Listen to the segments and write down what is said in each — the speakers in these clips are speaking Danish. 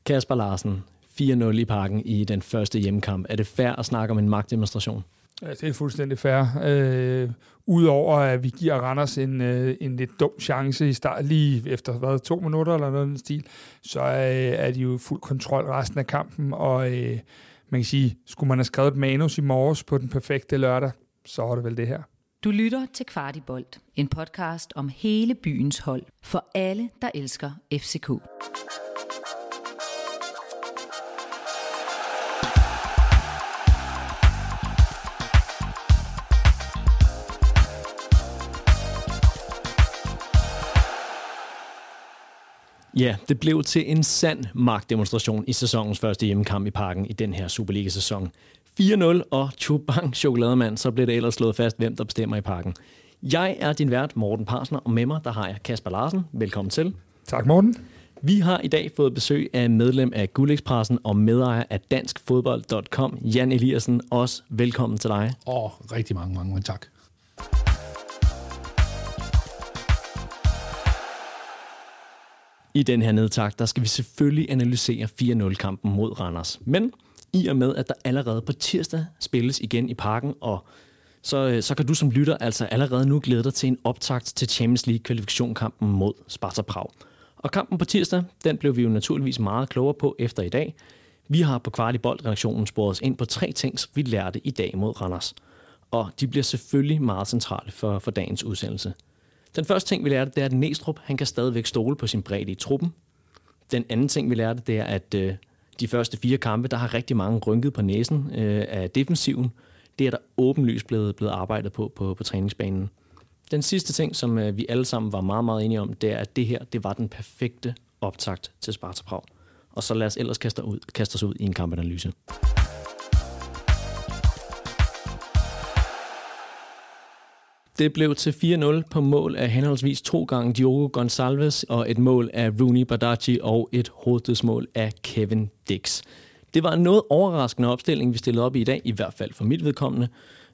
Kasper Larsen, 4-0 i Parken i den første hjemmekamp. Er det fair at snakke om en magtdemonstration? Ja, det er fuldstændig fair. Udover at vi giver Randers en lidt dum chance i start, lige efter 2 minutter eller noget af den stil, så er de jo fuld kontrol resten af kampen, og man kan sige, skulle man have skrevet et manus i morges på den perfekte lørdag, så var det vel det her. Du lytter til Kvartibolt, en podcast om hele byens hold, for alle, der elsker FCK. Ja, det blev til en sand magtdemonstration i sæsonens første hjemmekamp i Parken i den her Superliga-sæson. 4-0 og tjubang chokolademand, så blev det ellers slået fast, hvem der bestemmer i Parken. Jeg er din vært, Morten Parsner, og med mig der har jeg Kasper Larsen. Velkommen til. Tak, Morten. Vi har i dag fået besøg af medlem af Guldekspressen og medejer af danskfodbold.com, Jan Eliassen. Også velkommen til dig. Rigtig mange tak. I den her nedtakt, der skal vi selvfølgelig analysere 4-0-kampen mod Randers. Men i og med, at der allerede på tirsdag spilles igen i Parken, og så kan du som lytter altså allerede nu glæde dig til en optakt til Champions League-kvalifikationskampen mod Sparta Prag. Og kampen på tirsdag, den blev vi jo naturligvis meget klogere på efter i dag. Vi har på Kvartibolt-redaktionen sporet os ind på 3 ting, som vi lærte i dag mod Randers. Og de bliver selvfølgelig meget centrale for dagens udsendelse. Den første ting, vi lærte, det er, at Næstrup han kan stadigvæk stole på sin bredde i truppen. Den anden ting, vi lærte, det er, at de første 4 kampe, der har rigtig mange rynket på næsen af defensiven. Det er der åbenlyst blevet arbejdet på træningsbanen. Den sidste ting, som vi alle sammen var meget, meget enige om, det er, at det her det var den perfekte optakt til Sparta Prag. Og så lad os ellers kaste os ud i en kampanalyse. Det blev til 4-0 på mål af henholdsvis 2 gange Diogo Gonçalves og et mål af Rooney Badaji og et hovedstødsmål af Kevin Dix. Det var en noget overraskende opstilling, vi stillede op i dag, i hvert fald for mit vedkommende.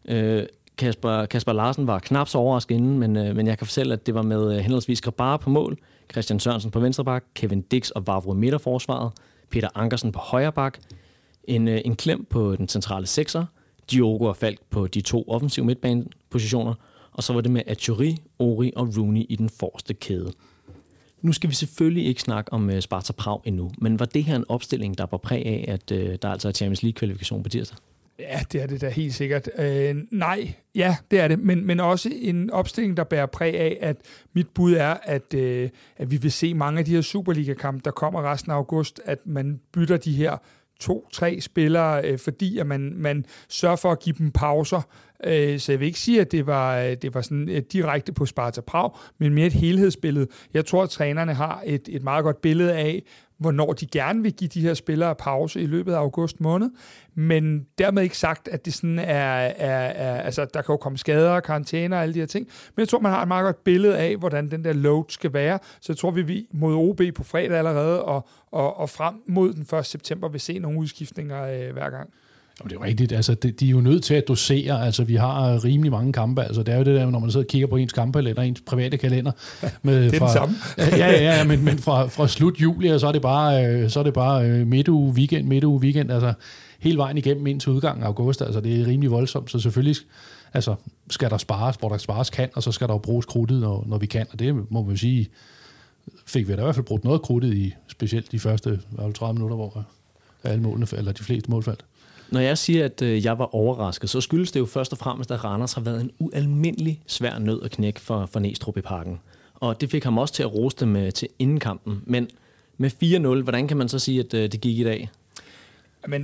Kasper Larsen var knap så overrasket inden, men jeg kan fortælle, at det var med henholdsvis Grabara på mål, Christian Sørensen på venstre bak, Kevin Dix og Vavro i midterforsvaret, Peter Ankersen på højre bak, en klem på den centrale sekser, Diogo og Falk på de 2 offensive midtbanepositioner, og så var det med Achuri, Ori og Rooney i den forreste kæde. Nu skal vi selvfølgelig ikke snakke om Sparta Prag endnu, men var det her en opstilling, der var præg af, at der altså er Champions League-kvalifikation på tirsdag? Ja, det er det da helt sikkert. Nej, ja, det er det, men også en opstilling, der bærer præg af, at mit bud er, at vi vil se mange af de her Superliga-kampe, der kommer resten af august, at man bytter de her 2-3 spillere, fordi at man sørger for at give dem pauser. Så jeg vil ikke sige, at det var sådan direkte på Sparta Prag, men mere et helhedsbillede. Jeg tror, at trænerne har et meget godt billede af, hvornår de gerne vil give de her spillere pause i løbet af august måned, men dermed ikke sagt, at det sådan altså der kan jo komme skader, karantæner og alle de her ting, men jeg tror, man har et meget godt billede af, hvordan den der load skal være, så jeg tror, vi mod OB på fredag allerede, og frem mod den 1. september vil se nogle udskiftninger hver gang. Det er jo rigtigt. Altså, de er jo nødt til at dosere. Altså, vi har rimelig mange kampe. Altså, det er jo det der, når man sidder og kigger på ens kampkalender, ens private kalender. Med, det er det samme. ja, men fra slut juli, og så er det bare midtuge weekend. Altså, hele vejen igennem indtil udgangen af august. Altså, det er rimelig voldsomt. Så selvfølgelig skal der spares, hvor der spares kan, og så skal der jo bruges krudtet, når vi kan. Og det må man jo sige, fik vi da i hvert fald brugt noget krudtet i specielt de første 30 minutter, hvor alle målene, eller de fleste mål faldt. Når jeg siger, at jeg var overrasket, så skyldes det jo først og fremmest, at Randers har været en ualmindelig svær nød at knække for Næstrup i Parken. Og det fik ham også til at rose dem til inden kampen. Men med 4-0, hvordan kan man så sige, at det gik i dag? Men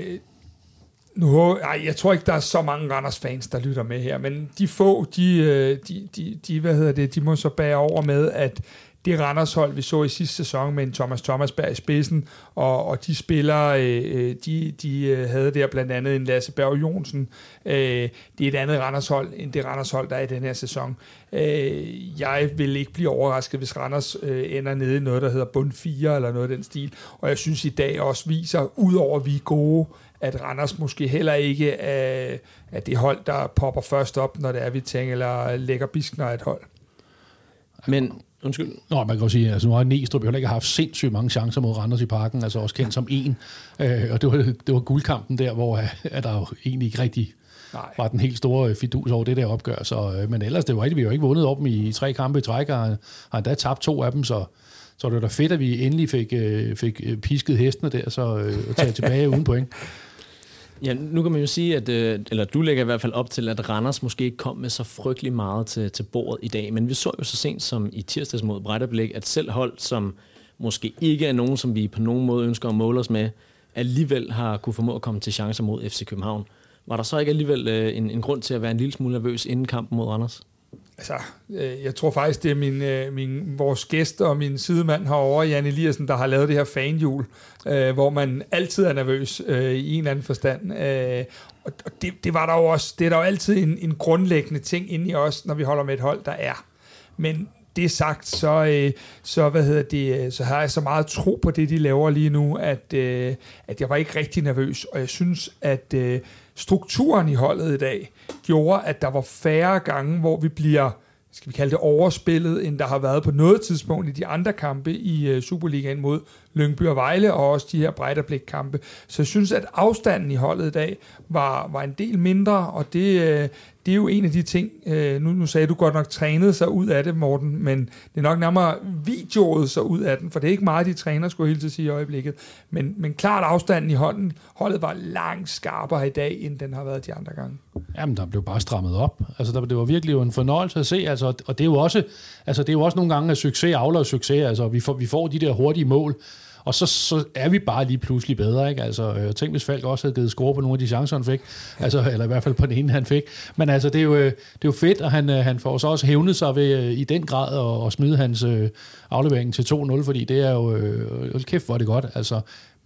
jeg tror ikke, der er så mange Randers-fans, der lytter med her. Men de få, de må så bære over med, at det Randers-hold, vi så i sidste sæson med en Thomas Thomasberg i spidsen, og de spillere, de havde der blandt andet en Lasse Berg Jonsen. Det er et andet Randers-hold, end det Randers-hold, der er i den her sæson. Jeg vil ikke blive overrasket, hvis Randers ender nede i noget, der hedder bund 4 eller noget af den stil. Og jeg synes i dag også viser, udover at vi er gode, at Randers måske heller ikke er det hold, der popper først op, når det er, vi tænker, eller lægger biskner et hold. Men Undskyld. Nå, man kan jo sige, altså nu har Næstrup jo heller ikke haft sindssygt mange chancer mod Randers i Parken, altså også kendt som en. Og det var guldkampen der, hvor at der jo egentlig ikke rigtig var den helt store fidus over det der opgør. Så, men ellers, det var rigtigt, vi har jo ikke vundet op i 3 kampe i træk, og har endda tabt 2 af dem, så det var da fedt, at vi endelig fik pisket hestene der, så at tage tilbage uden point. Ja, nu kan man jo sige, at eller du lægger i hvert fald op til, at Randers måske ikke kom med så frygtelig meget til bordet i dag, men vi så jo så sent som i tirsdags mod Breidablik, at selv hold, som måske ikke er nogen, som vi på nogen måde ønsker at måle os med, alligevel har kunne formå at komme til chancer mod FC København. Var der så ikke alligevel en grund til at være en lille smule nervøs inden kampen mod Randers? Altså, jeg tror faktisk, det er vores gæst og min sidemand herovre, Jan Eliassen, der har lavet det her fanhjul, hvor man altid er nervøs i en eller anden forstand. Og det var der jo også. Det er der jo altid en grundlæggende ting inde i os, når vi holder med et hold, der er. Men det sagt, så har jeg så meget tro på det, de laver lige nu, at jeg var ikke rigtig nervøs. Og jeg synes, at strukturen i holdet i dag gjorde, at der var færre gange, hvor vi bliver, skal vi kalde det, overspillet, end der har været på noget tidspunkt i de andre kampe i Superligaen mod Lyngby og Vejle, og også de her Breidablik-kampe. Så jeg synes, at afstanden i holdet i dag var en del mindre, og det er jo en af de ting, nu sagde du godt nok trænede sig ud af det, Morten, men det er nok nærmere videoet sig ud af den, for det er ikke meget, de træner, skulle jeg helt til at sige i øjeblikket. Men klart afstanden i holdet var langt skarpere i dag, end den har været de andre gange. Jamen, der blev bare strammet op. Altså, det var virkelig jo en fornøjelse at se, altså, og det er jo også, nogle gange, at succes avler succes, altså, vi får de der hurtige mål, og så er vi bare lige pludselig bedre, ikke? Altså, jeg tænkte, hvis Falk også havde givet score på nogle af de chancer, han fik, altså, eller i hvert fald på den ene, han fik. Men altså, det er jo fedt, og han får så også hævnet sig ved i den grad at smide hans aflevering til 2-0, fordi det er jo, kæft, hvor er det godt, altså.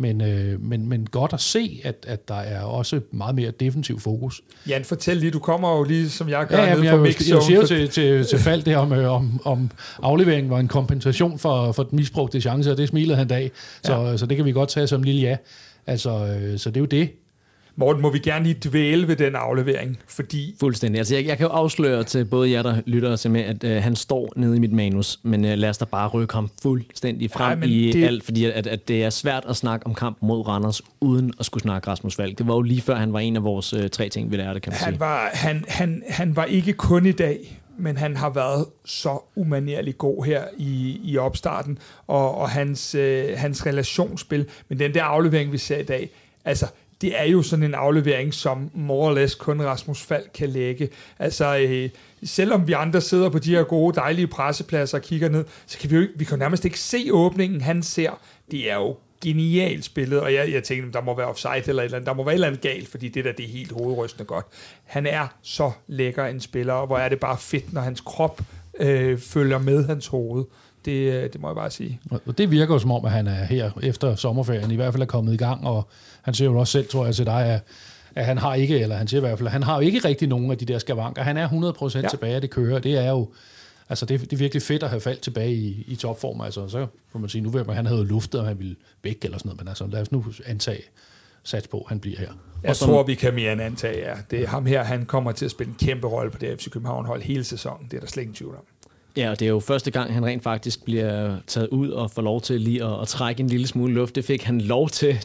Men godt at se, at der er også meget mere defensiv fokus. Jan, fortæl lige, du kommer jo lige, som jeg gør, ned fra mixzone. Jeg siger jo til Falk det om afleveringen var en kompensation for den misbrugte chance, og det smilede han dag. Så det kan vi godt tage som lille ja. Altså, så det er jo det. Morten, må vi gerne lige dvæle ved den aflevering, fordi... Fuldstændig. Altså, jeg kan jo afsløre til både jer, der lytter og ser med, at han står nede i mit manus, men lad os da bare rykke ham fuldstændig frem alt, fordi at det er svært at snakke om kampen mod Randers, uden at skulle snakke Rasmus Falk. Det var jo lige før, han var en af vores 3 ting, vi lærte, kan man sige. Han var ikke kun i dag, men han har været så umanerligt god her i opstarten, og hans relationsspil. Men den der aflevering, vi ser i dag, altså... Det er jo sådan en aflevering, som more or less kun Rasmus Falk kan lægge. Altså, selvom vi andre sidder på de her gode, dejlige pressepladser og kigger ned, så kan vi kan nærmest ikke se åbningen, han ser. Det er jo genialt spillet, og jeg tænkte, der må være offside eller et eller andet. Der må være et eller andet galt, fordi det er helt hovedrystende godt. Han er så lækker en spiller, og hvor er det bare fedt, når hans krop følger med hans hoved. Det må jeg bare sige. Og det virker jo som om, at han er her efter sommerferien, i hvert fald er kommet i gang, og han siger jo også selv, tror jeg, til dig, at han har ikke, eller han siger i hvert fald, han har jo ikke rigtig nogen af de der skavanker. Han er 100% tilbage, det kører. Det er jo, altså det er virkelig fedt at have faldt tilbage i topform. Altså, så får man sige, nu ved man, at han havde luftet, og han ville væk eller sådan noget, men altså lad os nu sats på, at han bliver her. Jeg tror, vi kan mere end antage, ja. Det er ham her, han kommer til at spille en kæmpe rolle på det FC København-hold hele sæsonen. Det er der slet ingen tvivl om. Ja, og det er jo første gang, han rent faktisk bliver taget ud og får lov til lige at trække en lille smule luft. Det fik han lov til,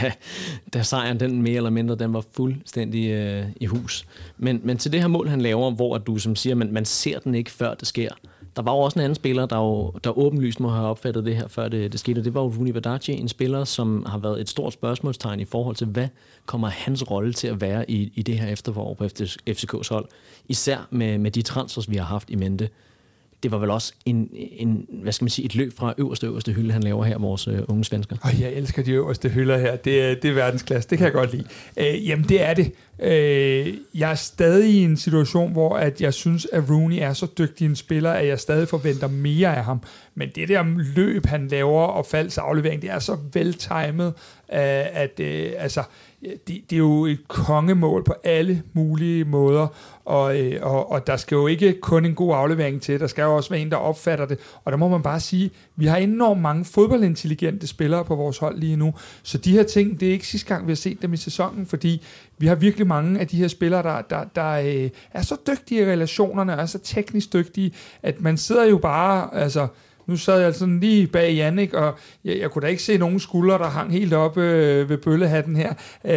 da sejren den mere eller mindre, den var fuldstændig i hus. Men til det her mål, han laver, hvor du som siger, man ser den ikke, før det sker. Der var jo også en anden spiller, der åbenlyst må have opfattet det her, før det skete. Det var jo Rooney Badaji, en spiller, som har været et stort spørgsmålstegn i forhold til, hvad kommer hans rolle til at være i det her efterår på FCK's hold. Især med de transfers, vi har haft i mente. Det var vel også hvad skal man sige, et løb fra øverste hylde, han laver her, vores unge svensker. Jeg elsker de øverste hylder her. Det er verdensklasse. Det kan jeg godt lide. Jamen, det er det. Jeg er stadig i en situation, hvor at jeg synes, at Rooney er så dygtig en spiller, at jeg stadig forventer mere af ham. Men det der løb, han laver, og Falks aflevering, det er så veltimet. Det er jo et kongemål på alle mulige måder, og der skal jo ikke kun en god aflevering til, der skal jo også være en, der opfatter det, og der må man bare sige, vi har enormt mange fodboldintelligente spillere på vores hold lige nu, så de her ting, det er ikke sidste gang, vi har set dem i sæsonen, fordi vi har virkelig mange af de her spillere, der er så dygtige i relationerne, og er så teknisk dygtige, at man sidder jo bare, nu sad jeg sådan lige bag Jannik, og jeg kunne da ikke se nogen skuldre, der hang helt oppe ved bøllehatten her.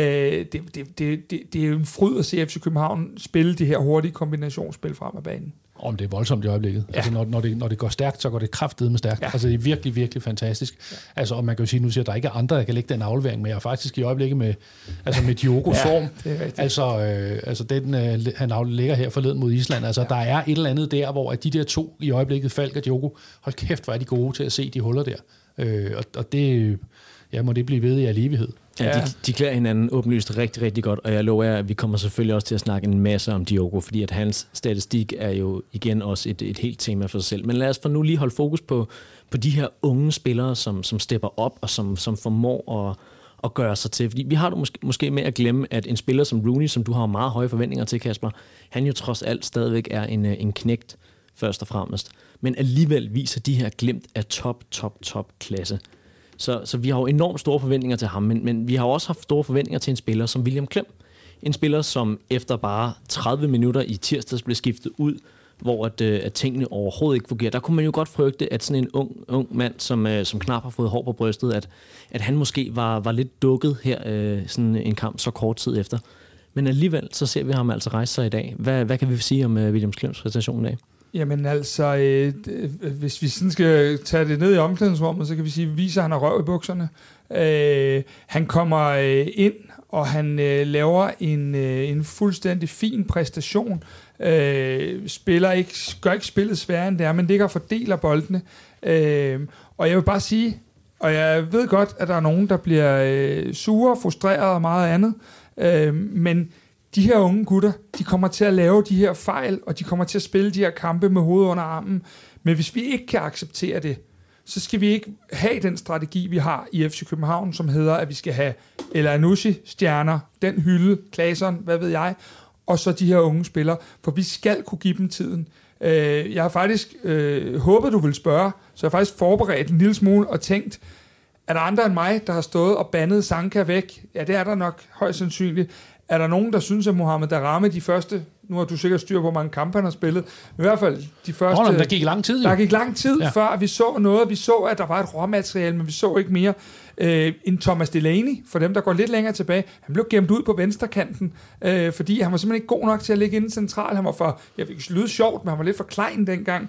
Det er jo en fryd at se FC København spille de her hurtige kombinationsspil frem af banen. Om det er voldsomt i øjeblikket. Ja. Altså, når det går stærkt, så går det kraftedeme stærkt. Ja. Altså, det er virkelig, virkelig fantastisk. Ja. Altså, og man kan jo sige, nu siger, at der ikke er andre, der kan lægge den aflevering, men jeg er faktisk i øjeblikket med Diogos form. Altså, den han ligger her forleden mod Island. Altså, der er et eller andet der, hvor at de der to i øjeblikket, Falk og Diogo, hold kæft, hvor er de gode til at se de huller der. Og det, må det blive ved i al evighed. Ja, de klæder hinanden åbenlyst rigtig, rigtig godt, og jeg lover jer, at vi kommer selvfølgelig også til at snakke en masse om Diogo, fordi at hans statistik er jo igen også et helt tema for sig selv. Men lad os for nu lige holde fokus på de her unge spillere, som stepper op og som formår at gøre sig til. Fordi vi har du måske med at glemme, at en spiller som Rooney, som du har meget høje forventninger til, Kasper, han jo trods alt stadigvæk er en knægt først og fremmest. Men alligevel viser de her glimt af top klasse. Så vi har jo enormt store forventninger til ham, men vi har også haft store forventninger til en spiller som William Klem. En spiller, som efter bare 30 minutter i tirsdags blev skiftet ud, hvor at tingene overhovedet ikke fungerer. Der kunne man jo godt frygte, at sådan en ung mand, som knap har fået hår på brystet, at han måske var lidt dukket her sådan en kamp så kort tid efter. Men alligevel, så ser vi ham altså rejse sig i dag. Hvad kan vi sige om William Klems præstation i dag? Jamen altså, hvis vi sådan skal tage det ned i omklædningsrummet, så kan vi sige, at viser, at han har røv i bukserne. Han kommer ind, og han laver en fuldstændig fin præstation. Gør ikke spillet sværere end det er, men ligger og fordeler boldene. Og jeg vil bare sige, og jeg ved godt, at der er nogen, der bliver sure, frustreret og meget andet, men de her unge gutter, de kommer til at lave de her fejl, og de kommer til at spille de her kampe med hovedet under armen. Men hvis vi ikke kan acceptere det, så skal vi ikke have den strategi, vi har i FC København, som hedder, at vi skal have El Anoushi, stjerner, den hylde, Claesson, hvad ved jeg, og så de her unge spillere, for vi skal kunne give dem tiden. Jeg har faktisk håbet, du vil spørge, så jeg har faktisk forberedt en lille smule og tænkt, er der andre end mig, der har stået og bandet Sanka væk? Ja, det er der nok højst sandsynligt. Er der nogen, der synes, at Mohamed Darame de første, nu har du sikkert styr på, hvor mange kampe han har spillet, men i hvert fald de første... Der gik lang tid. Der gik lang tid, før vi så noget. Vi så, at der var et råmateriale, men vi så ikke mere. En Thomas Delaney, for dem, der går lidt længere tilbage, han blev gemt ud på venstrekanten, fordi han var simpelthen ikke god nok til at ligge inde centralt. Han var for, jeg fik lyde sjovt, men han var lidt for klein dengang.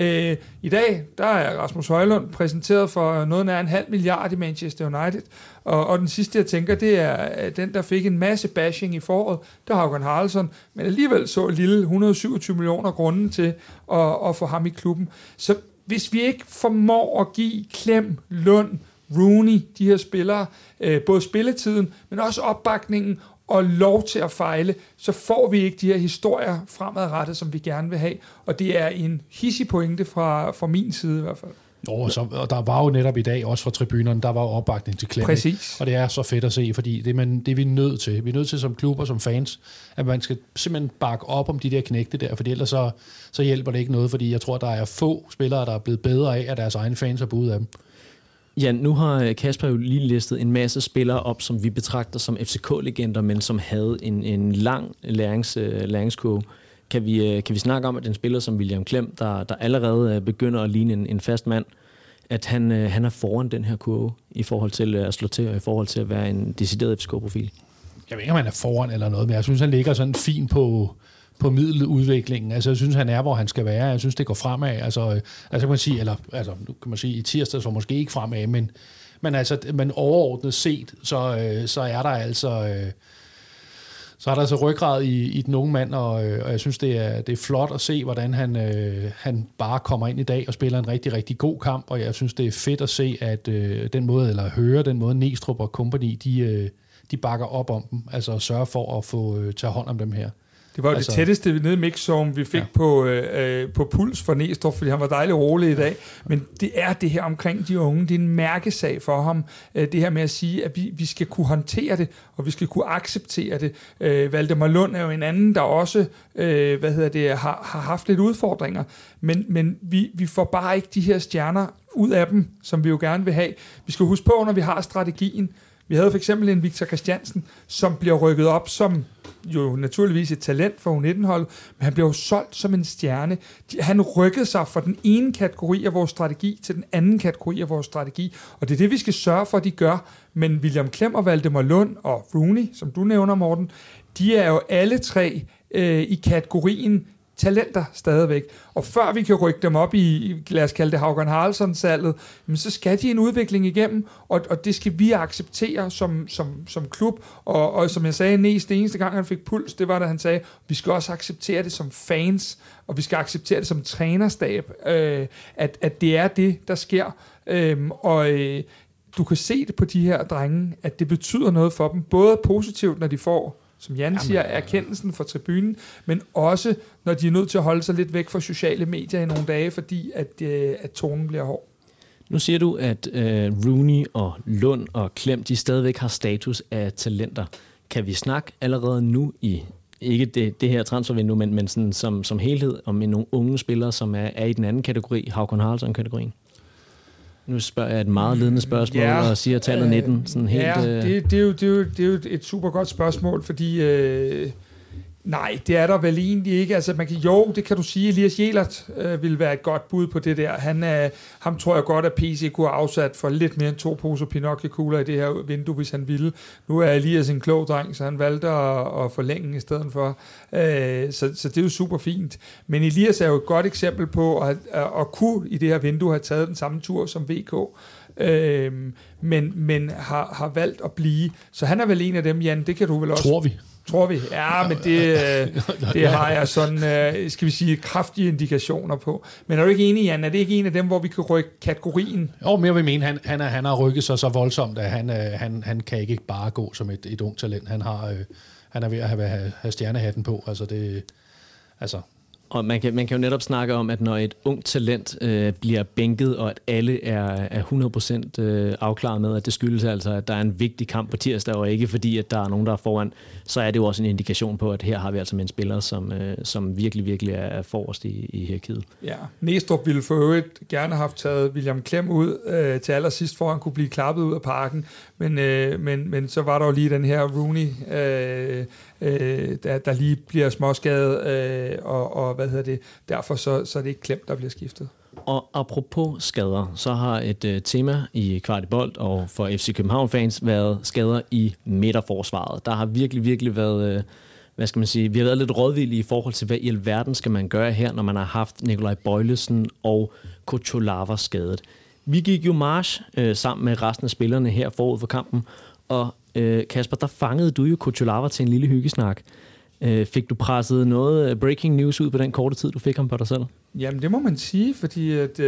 I dag, der er Rasmus Højlund præsenteret for noget nær 0,5 milliard i Manchester United, og den sidste, jeg tænker, det er den, der fik en masse bashing i foråret, det er Håkan Haraldsson, men alligevel så lille 127 millioner grunde til at få ham i klubben. Så hvis vi ikke formår at give Klem, Lund, Rooney, de her spillere, både spilletiden, men også opbakningen og lov til at fejle, så får vi ikke de her historier fremadrettet, som vi gerne vil have. Og det er en hissig pointe fra min side i hvert fald. Og der var jo netop i dag, også fra tribunerne, der var jo opbakning til Klem. Præcis. Og det er så fedt at se, fordi det er vi nødt til. Vi er nødt til som klub og som fans, at man skal simpelthen bakke op om de der knægte der, for ellers så hjælper det ikke noget, fordi jeg tror, der er få spillere, der er blevet bedre af, at deres egne fans har budt af dem. Ja, nu har Kasper jo lige listet en masse spillere op, som vi betragter som FCK-legender, men som havde en lang læringskurve. Kan vi snakke om, at en spiller som William Klem, der allerede begynder at ligne en fast mand, at han er foran den her kurve i forhold til at slå til, og i forhold til at være en decideret FCK-profil? Jeg ved ikke, om han er foran eller noget, men jeg synes, han ligger sådan fint på middeludviklingen. Altså, jeg synes, han er, hvor han skal være. Jeg synes, det går fremad. Altså kan man sige, nu kan man sige, i tirsdag så måske ikke fremad, men overordnet set, så er der altså... Så er der altså ryggrad i den unge mand, og jeg synes, det er flot at se, hvordan han bare kommer ind i dag og spiller en rigtig, rigtig god kamp, og jeg synes, det er fedt at se, at den måde Næstrup og company, de bakker op om dem, altså sørger for at få tage hånd om dem her. Det var jo det tætteste nede i mixzone, vi fik på puls for Næstrup, fordi han var dejligt rolig i dag. Men det er det her omkring de unge. Det er en mærkesag for ham. Det her med at sige, at vi skal kunne håndtere det, og vi skal kunne acceptere det. Valdemar Lund er jo en anden, der også har haft lidt udfordringer. Men vi får bare ikke de her stjerner ud af dem, som vi jo gerne vil have. Vi skal huske på, når vi har strategien. Vi havde for eksempel en Victor Christiansen, som bliver rykket op som jo naturligvis et talent for U19-holdet, men han blev jo solgt som en stjerne. Han rykkede sig fra den ene kategori af vores strategi til den anden kategori af vores strategi, og det er det, vi skal sørge for, at de gør. Men William Klem og Valdemar Lund og Rooney, som du nævner, Morten, de er jo alle tre i kategorien talenter stadigvæk. Og før vi kan rykke dem op i lad os kalde det Haugen Haraldsson-salget, så skal de en udvikling igennem, og det skal vi acceptere som klub. Og som jeg sagde, det eneste gang, han fik puls, det var, da han sagde, vi skal også acceptere det som fans, og vi skal acceptere det som trænerstab, at det er det, der sker. Du kan se det på de her drenge, at det betyder noget for dem, både positivt, når de får, som Jan siger, erkendelsen fra tribunen, men også, når de er nødt til at holde sig lidt væk fra sociale medier i nogle dage, fordi at tonen bliver hård. Nu siger du, at Rooney og Lund og Klem, de stadigvæk har status af talenter. Kan vi snakke allerede nu i, ikke det her transfervindue, men sådan, som helhed, om nogle unge spillere, som er i den anden kategori, Haugen Haraldsson-kategorien? Nu spørger jeg et meget ledende spørgsmål, og siger tallet 19. Sådan helt, det er jo et super godt spørgsmål, fordi nej, det er der vel egentlig ikke. Altså, det kan du sige, Elias Jelert ville være et godt bud på det der. Ham tror jeg godt, at PC kunne have afsat for lidt mere end 2 poser Pinocchio-kugler i det her vindue, hvis han ville. Nu er Elias en klog dreng, så han valgte at forlænge i stedet for. Så det er jo super fint. Men Elias er jo et godt eksempel på at kunne i det her vindue have taget den samme tur som VK. Men har valgt at blive. Så han er vel en af dem, Jan, det kan du vel også... Tror vi? Ja, men det har jeg sådan, skal vi sige, kraftige indikationer på. Men er du ikke enig, Jan? Er det ikke en af dem, hvor vi kan rykke kategorien? Jo, men jeg vil mene, han har rykket sig så voldsomt, at han kan ikke bare gå som et ungt talent. Han er ved at have stjernehatten på. Og man kan jo netop snakke om, at når et ungt talent bliver bænket, og at alle er 100% afklaret med, at det skyldes altså, at der er en vigtig kamp på tirsdag, og ikke fordi, at der er nogen, der er foran, så er det jo også en indikation på, at her har vi altså med en spiller, som virkelig, virkelig er forrest i hierarkiet. Ja, Næstrup ville for øvrigt gerne have taget William Klem ud til allersidst, for han kunne blive klappet ud af parken, men så var der jo lige den her Rooney, der lige bliver småskadet, og derfor så er det ikke Klem, der bliver skiftet. Og apropos skader, så har et tema i Kvartibold og for FC København-fans været skader i midterforsvaret. Der har virkelig, virkelig været, vi har været lidt rådvillige i forhold til, hvad i alverden skal man gøre her, når man har haft Nikolaj Bøjlesen og Kocholava skadet. Vi gik jo march sammen med resten af spillerne her forud for kampen, og Kasper, der fangede du jo Kocholava til en lille hyggesnak. Fik du presset noget breaking news ud på den korte tid, du fik ham på dig selv? Jamen, det må man sige, fordi at,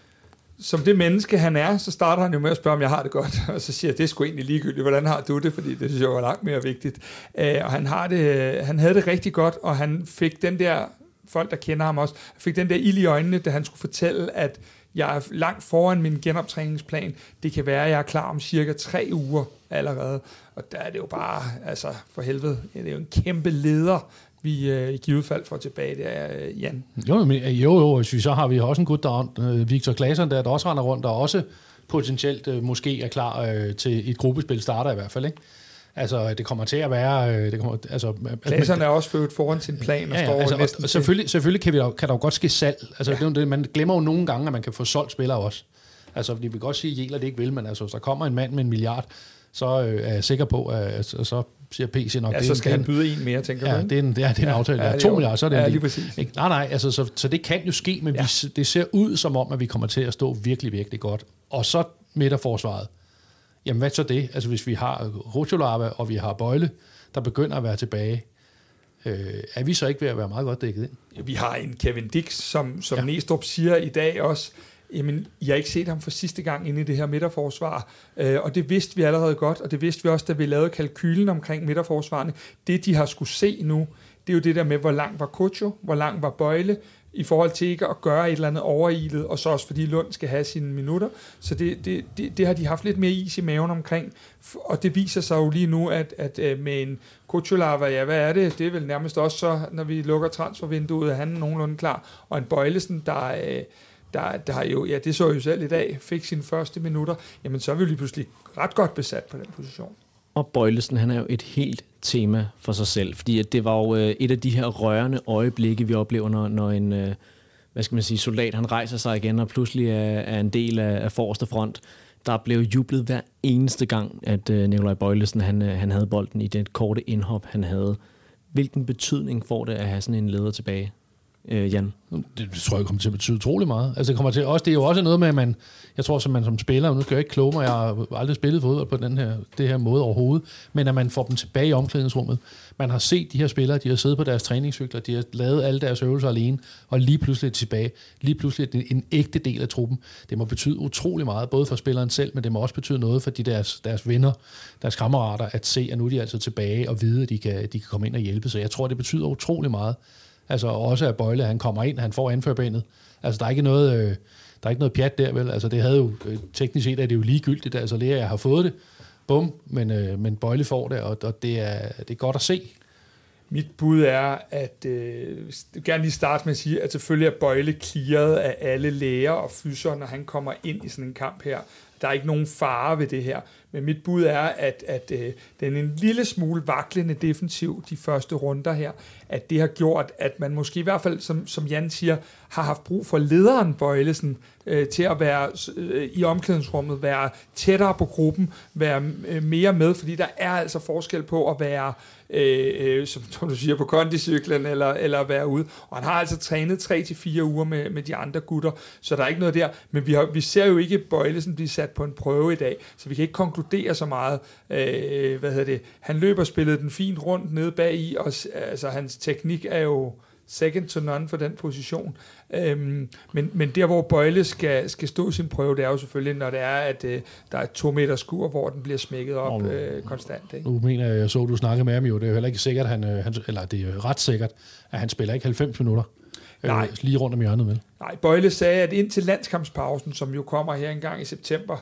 som det menneske han er, så starter han jo med at spørge, om jeg har det godt. Og så siger jeg, det er sgu egentlig ligegyldigt, hvordan har du det, fordi det synes jeg var langt mere vigtigt. Og han havde det rigtig godt, og han fik den der, folk der kender ham også, fik den der ild i øjnene, da han skulle fortælle, at jeg er langt foran min genoptræningsplan. Det kan være, at jeg er klar om cirka 3 uger allerede. Og der er det jo bare, altså for helvede, det er jo en kæmpe leder, vi i givet fald får tilbage, det er Jan. Jo, så har vi også en gut der, Victor Claesson, der også render rundt, der også potentielt måske er klar til et gruppespil starter i hvert fald, ikke? Altså, det kommer til at være... Claesson er også født foran sin plan og står næsten... Selvfølgelig kan der jo godt ske salg. Altså, man glemmer jo nogle gange, at man kan få solgt spillere også. Altså, vi vil godt sige, at Jæler det ikke vil, men altså, hvis der kommer en mand med 1 milliard, så er jeg sikker på, at så siger PC nok... Ja, så skal han byde en mere, tænker du? Ja, det er en aftale. Ja, 2 milliarder, så er det en lige præcis. Nej, altså, så det kan jo ske, men det ser ud som om, at vi kommer til at stå virkelig, virkelig godt. Og så midterforsvaret. Jamen, hvad så det? Altså, hvis vi har Kocholava, og vi har Bøjle, der begynder at være tilbage, er vi så ikke ved at være meget godt dækket ind? Vi har en Kevin Dix, som Næstrup siger i dag også, jamen, jeg har ikke set ham for sidste gang inde i det her midterforsvar, og det vidste vi allerede godt, og det vidste vi også, da vi lavede kalkylen omkring midterforsvarene. Det, de har skulle se nu, det er jo det der med, hvor lang var Kocho, hvor lang var Bøjle, i forhold til ikke at gøre et eller andet overilet, og så også fordi Lund skal have sine minutter. Så det har de haft lidt mere is i maven omkring, og det viser sig jo lige nu, at med en Kocholava, ja, hvad er det? Det er vel nærmest også så, når vi lukker transfervinduet, at han er nogenlunde klar, og en Bøjlesen, der har jo, ja, det så jo selv i dag, fik sine første minutter, jamen så er vi jo lige pludselig ret godt besat på den position. Og Bøjlesen, han er jo et helt tema for sig selv, fordi det var jo et af de her rørende øjeblikke, vi oplever, når en hvad skal man sige, soldat, han rejser sig igen, og pludselig er en del af forreste front. Der blev jublet hver eneste gang, at Nikolaj Bøjlesen, han havde bolden i det korte indhop, han havde. Hvilken betydning får det at have sådan en leder tilbage, Jan? Det tror jeg kommer til at betyde utrolig meget. Altså, det er jo også noget med, at jeg tror, at man som spiller, nu skal jeg ikke kloge mig, jeg har aldrig spillet fodbold på det her måde overhovedet, men at man får dem tilbage i omklædningsrummet. Man har set de her spillere, de har siddet på deres træningscykler, de har lavet alle deres øvelser alene, og lige pludselig tilbage. Lige pludselig er det en ægte del af truppen. Det må betyde utrolig meget, både for spilleren selv, men det må også betyde noget for deres venner, deres kammerater, at se, at nu er de altså tilbage og vide, at de kan komme ind og hjælpe. Så jeg tror, det betyder utrolig meget. Altså også at Bøjle, han kommer ind, han får anførbenet. Altså der er ikke noget pjat der, vel? Altså det havde jo, teknisk set er det jo ligegyldigt, altså Lea har fået det, bum, men Bøjle får det, og det er godt at se. Mit bud er, at gerne lige starte med at sige, at selvfølgelig er Bøjle clearet af alle læger og fyser, når han kommer ind i sådan en kamp her. Der er ikke nogen fare ved det her. Men mit bud er, at den en lille smule vaklende defensiv de første runder her, at det har gjort, at man måske i hvert fald, som Jan siger, har haft brug for lederen Bøjlesen til at være i omklædningsrummet, være tættere på gruppen, være mere med, fordi der er altså forskel på at være som du siger, på kondicyklen eller være ude. Og han har altså trænet 3-4 uger med de andre gutter, så der er ikke noget der. Men vi ser jo ikke Bøjlesen blive sat på en prøve i dag, så vi kan ikke konkludere så meget. Han løber spillet den fint rundt nede bag i, og altså, hans teknik er jo second to none for den position. Men der, hvor Bøjle skal stå sin prøve, det er jo selvfølgelig, når det er, at der er et 2 meter skur, hvor den bliver smækket op konstant. Ikke? Nu mener jeg så, du snakkede med ham jo, det er jo heller ikke sikkert, eller det er ret sikkert, at han spiller ikke 90 minutter. Lige rundt om hjørnet, vel? Nej, Bøjle sagde, at indtil landskampspausen, som jo kommer her en gang i september,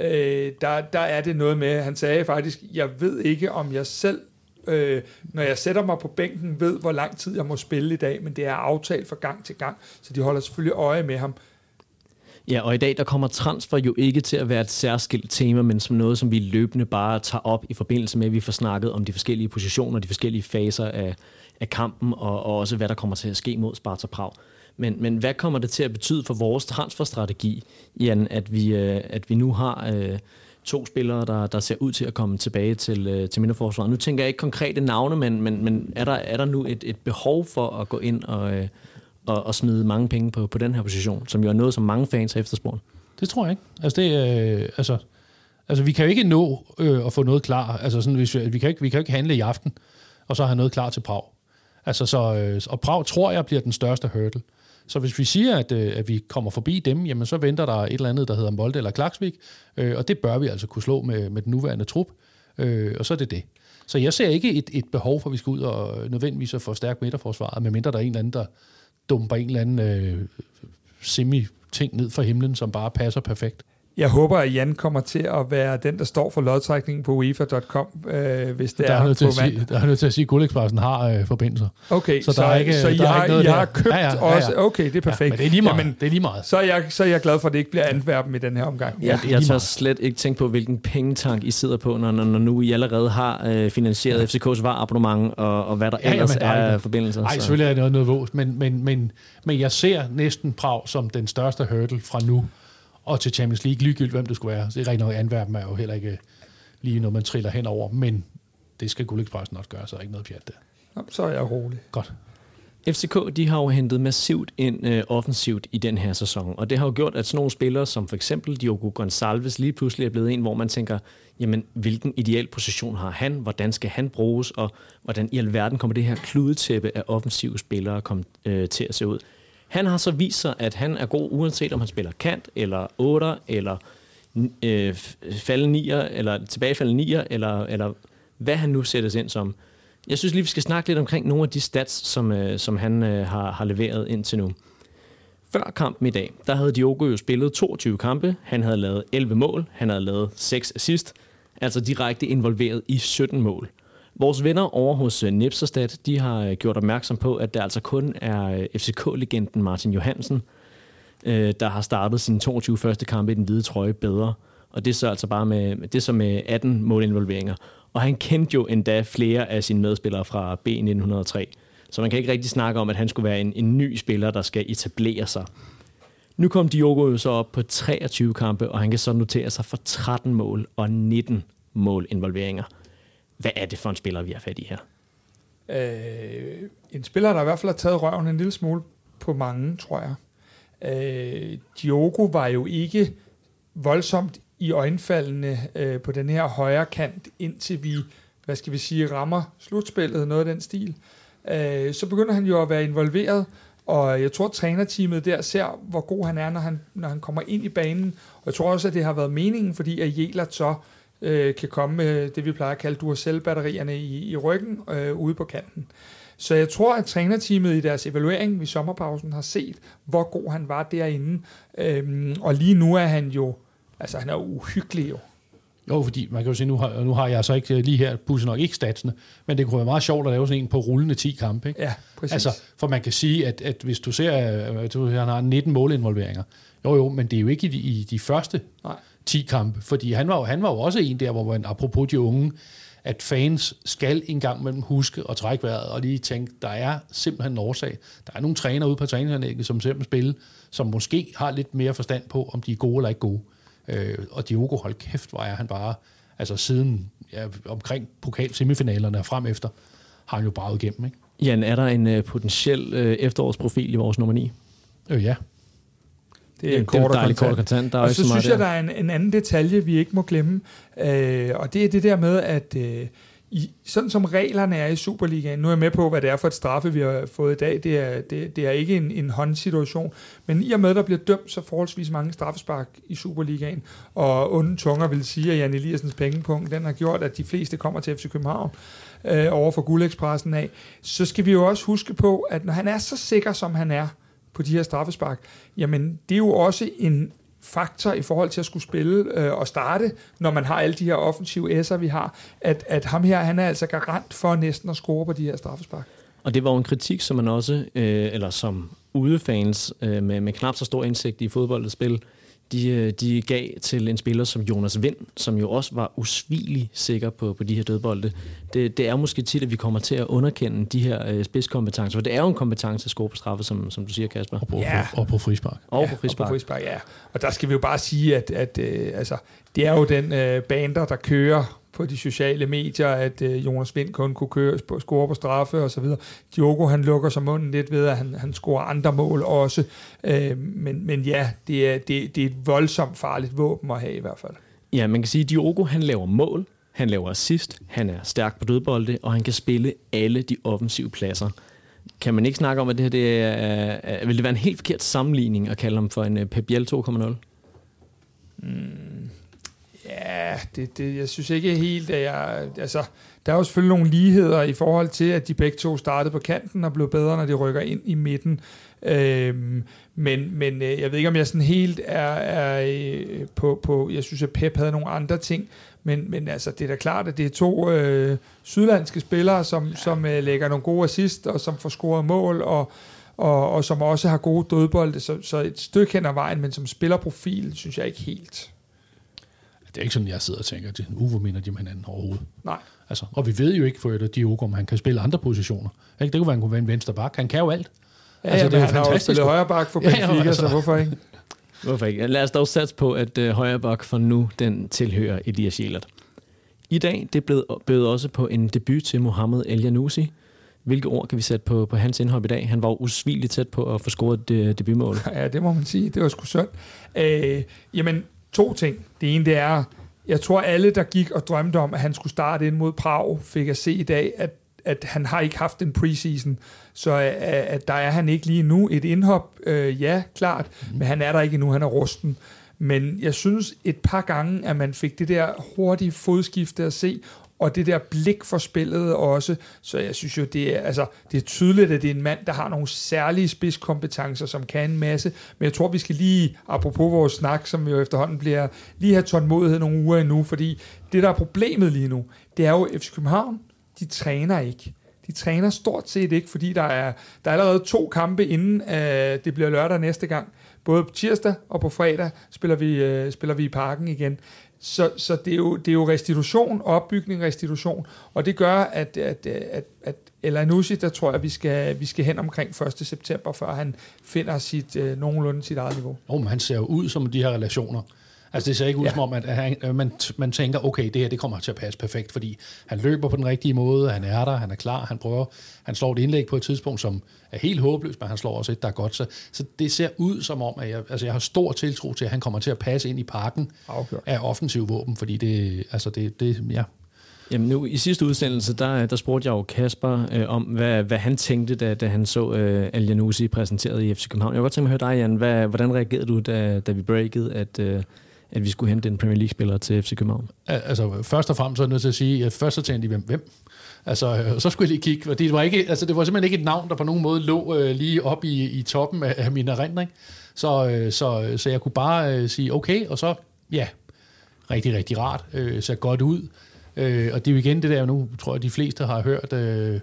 der er det noget med, han sagde faktisk, jeg ved ikke, om jeg selv når jeg sætter mig på bænken, ved, hvor lang tid jeg må spille i dag, men det er aftalt fra gang til gang, så de holder selvfølgelig øje med ham. Ja, og i dag der kommer transfer jo ikke til at være et særskilt tema, men som noget, som vi løbende bare tager op i forbindelse med, at vi får snakket om de forskellige positioner, de forskellige faser af kampen, og også hvad der kommer til at ske mod Sparta Prag. Men hvad kommer det til at betyde for vores transferstrategi, Jan, at vi nu har 2 spillere, der ser ud til at komme tilbage til midterforsvaret? Nu tænker jeg ikke konkrete navne, men er der nu et behov for at gå ind og smide mange penge på den her position, som jo er noget, som mange fans har efterspurgt? Det tror jeg ikke. Altså vi kan jo ikke nå at få noget klar. Altså sådan, vi kan jo ikke handle i aften, og så have noget klar til Prag. Altså og Prag tror jeg bliver den største hurdle. Så hvis vi siger, at vi kommer forbi dem, jamen så venter der et eller andet, der hedder Molde eller Klaksvik, og det bør vi altså kunne slå med den nuværende trup, og så er det. Så jeg ser ikke et behov for, at vi skal ud og nødvendigvis at få stærkt midterforsvaret, medmindre der er en eller anden, der dumper en eller anden semi-ting ned fra himlen, som bare passer perfekt. Jeg håber, at Jan kommer til at være den, der står for lodtrækningen på UEFA.com, hvis det der er nødt til at sige, at Guldexpressen har forbindelser. Okay, så I har købt også. Okay, det er perfekt. Men det er lige meget. Jamen, det er lige meget. Så er jeg glad for, at det ikke bliver Antwerpen i den her omgang. Jeg tør slet ikke tænke på, hvilken pengetank I sidder på, når nu I allerede har finansieret FCK's VAR-abonnement, og hvad der ellers er af forbindelser. Nej, selvfølgelig er det noget vås, men jeg ser næsten Prag som den største hurdle fra nu og til Champions League, ligegyldigt hvem det skulle være. Det er rigtig nok, Antwerpen er jo heller ikke lige noget, man triller henover, men det skal Guldexpressen også gøre, så er ikke noget pjat der. Jamen, så er jeg rolig. Godt. FCK, de har jo hentet massivt ind offensivt i den her sæson, og det har jo gjort, at sådan nogle spillere som for eksempel Diogo Gonçalves lige pludselig er blevet en, hvor man tænker, jamen hvilken ideel position har han, hvordan skal han bruges, og hvordan i alverden kommer det her kludetæppe af offensive spillere til at se ud. Han har så vist sig, at han er god, uanset om han spiller kant, eller 8'er, eller faldende 9'er, eller tilbagefaldende 9'er, eller hvad han nu sættes ind som. Jeg synes lige, vi skal snakke lidt omkring nogle af de stats, som han har leveret indtil nu. Før kampen i dag, der havde Diogo jo spillet 22 kampe. Han havde lavet 11 mål. Han havde lavet 6 assist. Altså direkte involveret i 17 mål. Vores venner over hos Nipserstad, de har gjort opmærksom på, at det altså kun er FCK-legenden Martin Johansen, der har startet sine 22 første kampe i den hvide trøje bedre. Og det er så altså bare med 18 målinvolveringer. Og han kendte jo endda flere af sine medspillere fra B1903. Så man kan ikke rigtig snakke om, at han skulle være en ny spiller, der skal etablere sig. Nu kom Diogo jo så op på 23 kampe, og han kan så notere sig for 13 mål og 19 målinvolveringer. Hvad er det for en spiller, vi har fat i her? En spiller, der i hvert fald har taget røven en lille smule på mange, tror jeg. Diogo var jo ikke voldsomt i øjenfaldene på den her højre kant, indtil vi, rammer slutspillet, noget af den stil. Så begynder han jo at være involveret, og jeg tror, at trænerteamet der ser, hvor god han er, når han kommer ind i banen. Og jeg tror også, at det har været meningen, fordi at Jelert så kan komme med det, vi plejer at kalde Duracell-batterierne i ryggen ude på kanten. Så jeg tror, at trænerteamet i deres evaluering ved sommerpausen har set, hvor god han var derinde. Og lige nu er han jo, altså han er uhyggelig jo. Jo, fordi man kan jo se, nu har jeg så ikke lige her, pusset nok ikke statsene, men det kunne være meget sjovt at lave sådan en på rullende 10 kampe. Ikke? Ja, præcis. Altså, for man kan sige, at hvis du ser, at han har 19 målinvolveringer, jo, men det er jo ikke i de første 10 kampe, fordi han var jo også en der, hvor man, apropos de unge, at fans skal engang mellem huske og trække vejret og lige tænke, der er simpelthen en årsag. Der er nogle trænere ude på træningsanlægget, som simpelthen spiller, som måske har lidt mere forstand på, om de er gode eller ikke gode. Og Diogo, hold kæft, hvor er han bare, altså siden omkring pokal-semifinalerne og frem efter, har han jo bare igennem, ikke? Jan, er der en potentiel efterårsprofil i vores nummer 9? Ja. Det er kort og kontant. Og så synes jeg, der er en anden detalje, vi ikke må glemme, og det er det der med, at sådan som reglerne er i Superligaen, nu er jeg med på, hvad det er for et straffe, vi har fået i dag, det er ikke en håndsituation, men i og med, at der bliver dømt så forholdsvis mange straffespark i Superligaen, og onde tunger vil sige, at Jan Eliassens pengepunkt, den har gjort, at de fleste kommer til FC København over for Guldekspressen af, så skal vi jo også huske på, at når han er så sikker, som han er på de her straffespark, jamen det er jo også en faktor i forhold til at skulle spille og starte, når man har alle de her offensive S'er, vi har, at ham her, han er altså garant for næsten at score på de her straffespark. Og det var jo en kritik, som man også, eller som udefans med knap så stor indsigt i fodbold og spil, de gav til en spiller som Jonas Vind, som jo også var usvigelig sikker på de her dødbolde. Det er måske tit, at vi kommer til at underkende de her spidskompetencer, for det er jo en kompetence at score på straffe, som du siger, Kasper. Og på frispark. Og på frispark, ja. Og der skal vi jo bare sige, at altså, det er jo den bander, der kører på de sociale medier, at Jonas Vind kun kunne score på straffe og så videre. Diogo, han lukker sig munden lidt ved, at han scorer andre mål også. Men ja, det er et voldsomt farligt våben at have i hvert fald. Ja, man kan sige, at Diogo, han laver mål, han laver assist, han er stærk på dødbolde, og han kan spille alle de offensive pladser. Kan man ikke snakke om, at det her vil det være en helt forkert sammenligning at kalde ham for en Pep Biel 2.0? Ja, jeg synes ikke helt, at der er jo selvfølgelig nogle ligheder i forhold til, at de begge to startede på kanten og blev bedre, når de rykker ind i midten. Men jeg ved ikke, om jeg sådan helt er på jeg synes, at Pep havde nogle andre ting, men altså, det er da klart, at det er to sydlandske spillere, som lægger nogle gode assist, og som får scoret mål, og som også har gode dødbolde, så et stykke hen ad vejen, men som spillerprofil, synes jeg ikke helt. Det er ikke sådan, jeg sidder og tænker, hvor minder de med hinanden overhovedet. Nej. Altså, og vi ved jo ikke for Diogo, om han kan spille andre positioner. Det kunne være, han kunne være en venstre bak. Han kan jo alt. Ja, altså, det er han har også spillet højre bak for Benfica, så hvorfor ikke? Hvorfor ikke? Lad os dog satse på, at højre bak for nu, den tilhører Elias Jelert. I dag, det bød også på en debut til Mohamed El Janoussi. Hvilke ord kan vi sætte på hans indhop i dag? Han var jo usvigeligt tæt på at få scoret et debutmål. Ja, det må man sige. Det var sgu synd. Jamen, 2 ting. Det ene, det er, jeg tror alle, der gik og drømte om, at han skulle starte ind mod Prag, fik at se i dag, at han har ikke haft en preseason, så at der er han ikke lige nu. Et indhop, ja, klart, men han er der ikke endnu, han er rusten. Men jeg synes et par gange, at man fik det der hurtige fodskifte at se, og det der blik for spillet også. Så jeg synes jo, det er tydeligt, at det er en mand, der har nogle særlige spidskompetencer, som kan en masse. Men jeg tror, vi skal lige, apropos vores snak, som jo efterhånden bliver, lige have tålmodighed nogle uger endnu, fordi det, der er problemet lige nu, det er jo FC København, de træner ikke. De træner stort set ikke, fordi der er allerede 2 kampe, inden det bliver lørdag næste gang. Både på tirsdag og på fredag spiller vi i Parken igen. Så det er jo restitution, opbygning, restitution, og det gør, at El Anushi, der tror jeg, vi skal hen omkring 1. september, før han finder nogenlunde sit eget niveau. Men han ser jo ud som de her relationer. Altså det ser ikke ud som om, at man tænker, okay, det her det kommer til at passe perfekt, fordi han løber på den rigtige måde, han er der, han er klar, han slår et indlæg på et tidspunkt, som er helt håbløst, men han slår også et, der er godt. Så det ser ud som om, at jeg har stor tiltro til, at han kommer til at passe ind i Parken af offensiv våben, fordi det. Jamen nu, i sidste udsendelse, der spurgte jeg jo Kasper om, hvad han tænkte, da han så El Anushi præsenteret i FC København. Jeg vil godt tænke mig at høre dig, Jan. Hvordan reagerede du, da vi breakede, at vi skulle hente en Premier League-spiller til FC København? Altså, først og fremmest så er jeg nødt til at sige, at først så tænkte de, hvem? Altså, så skulle jeg lige kigge, fordi det var simpelthen ikke et navn, der på nogen måde lå lige op i toppen af min erindring. Så jeg kunne bare sige, okay, og så, ja, rigtig, rigtig rart, ser godt ud. Og det er jo igen det der, nu tror jeg, de fleste har hørt,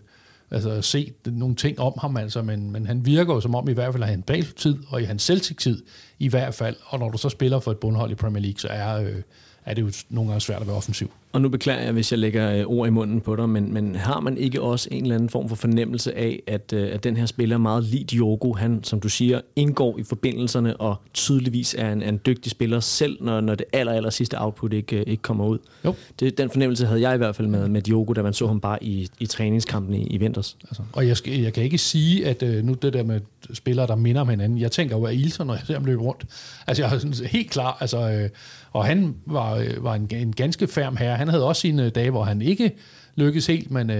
set nogle ting om ham, altså, men han virker jo som om i hvert fald, at han bagtid, og i hans Celtic-tid i hvert fald, og når du så spiller for et bundhold i Premier League, så er det jo nogle gange svært at være offensiv. Og nu beklager jeg, hvis jeg lægger ord i munden på dig, men har man ikke også en eller anden form for fornemmelse af, at den her spiller meget lig Diogo, han, som du siger, indgår i forbindelserne og tydeligvis er en dygtig spiller selv, når det aller sidste output ikke kommer ud? Jo. Den fornemmelse havde jeg i hvert fald med Diogo, da man så ham bare i træningskampen i vinters. Altså, og jeg kan ikke sige, at nu det der med spillere, der minder om hinanden, jeg tænker jo af Ilson, når jeg ser ham løbe rundt. Altså jeg er sådan helt klar, altså, og han var en ganske færm herre. Han havde også sine dage, hvor han ikke lykkedes helt, men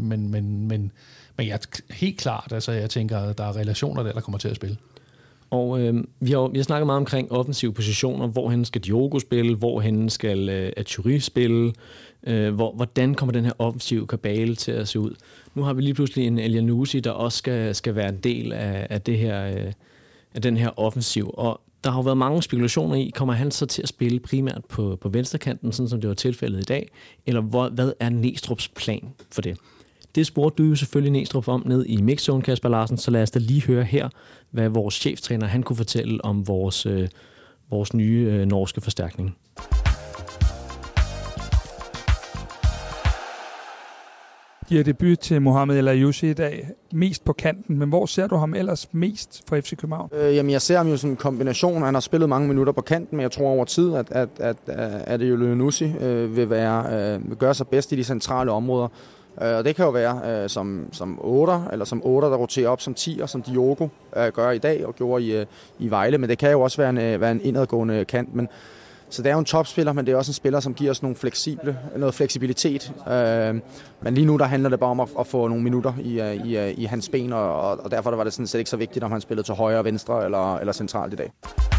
jeg er helt klart, altså jeg tænker, at der er relationer der kommer til at spille. Og vi har snakket meget omkring offensive positioner, hvorhen skal Diogo spille, hvorhen skal Achouri spille, hvordan kommer den her offensive kabale til at se ud. Nu har vi lige pludselig en El Anushi, der også skal være en del af det her, af den her offensiv, og der har jo været mange spekulationer i, kommer han så til at spille primært på venstrekanten, sådan som det var tilfældet i dag, eller hvad er Næstrups plan for det? Det spurgte du jo selvfølgelig Næstrup om ned i Mixzone, Kasper Larsen, så lad os da lige høre her, hvad vores cheftræner han kunne fortælle om vores nye norske forstærkning. Giver debut til Mohamed El Anushi i dag, mest på kanten, men hvor ser du ham ellers mest for FC København? Jamen jeg ser ham jo som en kombination. Han har spillet mange minutter på kanten, men jeg tror over tid, at det jo El Anushi vil gøre sig bedst i de centrale områder. Og det kan jo være som 8'er, eller som 8'er, der roterer op som 10'er, som Diogo gør i dag og gjorde i Vejle, men det kan jo også være en indadgående kant, så det er jo en topspiller, men det er også en spiller, som giver os noget fleksibilitet. Men lige nu, der handler det bare om at få nogle minutter i hans ben, og derfor var det sådan set ikke så vigtigt, om han spillede til højre, venstre eller centralt i dag.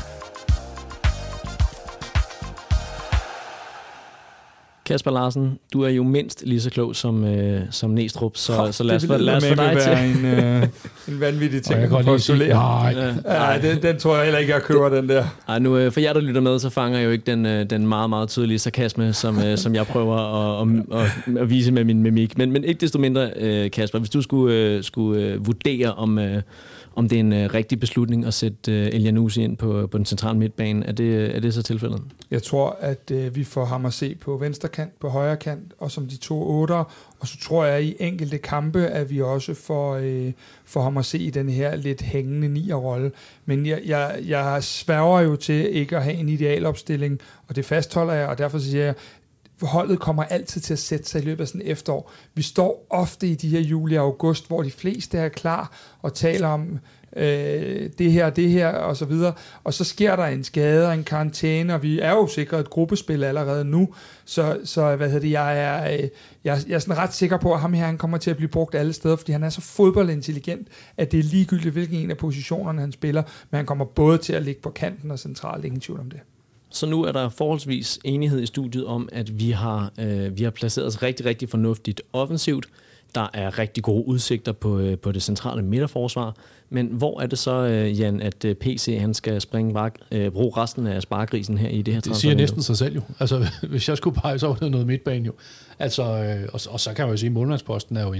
Kasper Larsen, du er jo mindst lige så klog som Næstrup, så lad os få dig til. En vanvittig ting at postulere. Nej, den tror jeg heller ikke, jeg køber den der. Ej, nu, for jer, der lytter med, så fanger jeg jo ikke den meget, meget tydelige sarkasme, som jeg prøver at vise med min mimik. Men ikke desto mindre, Kasper, hvis du skulle vurdere, om det er en rigtig beslutning at sætte El Anushi ind på den centrale midtbane, er det så tilfældet? Jeg tror, at vi får ham at se på venstre kant, på højre kant, og som de 2 8'ere. Og så tror jeg, at i enkelte kampe, at vi også får ham at se i den her lidt hængende 9'er-rolle. Men jeg sværger jo til ikke at have en idealopstilling, og det fastholder jeg, og derfor siger jeg, holdet kommer altid til at sætte sig i løbet af sådan et efterår. Vi står ofte i de her juli og august, hvor de fleste er klar og taler om det her og så videre. Og så sker der en skade og en karantæne, og vi er jo sikret et gruppespil allerede nu. Så jeg er sådan ret sikker på, at ham her han kommer til at blive brugt alle steder, fordi han er så fodboldintelligent, at det er ligegyldigt, hvilken en af positionerne han spiller, men han kommer både til at ligge på kanten og centralt, ingen tvivl om det. Så nu er der forholdsvis enighed i studiet om, at vi har placeret os rigtig, rigtig fornuftigt offensivt. Der er rigtig gode udsigter på det centrale midterforsvar. Men hvor er det så, Jan, at PC han skal bruge resten af sparegrisen her i det her transfer? Det siger næsten sig selv jo. Altså, hvis jeg skulle pege, så var det noget midtbane jo. Altså, og så kan man jo sige, at målmandsposten er jo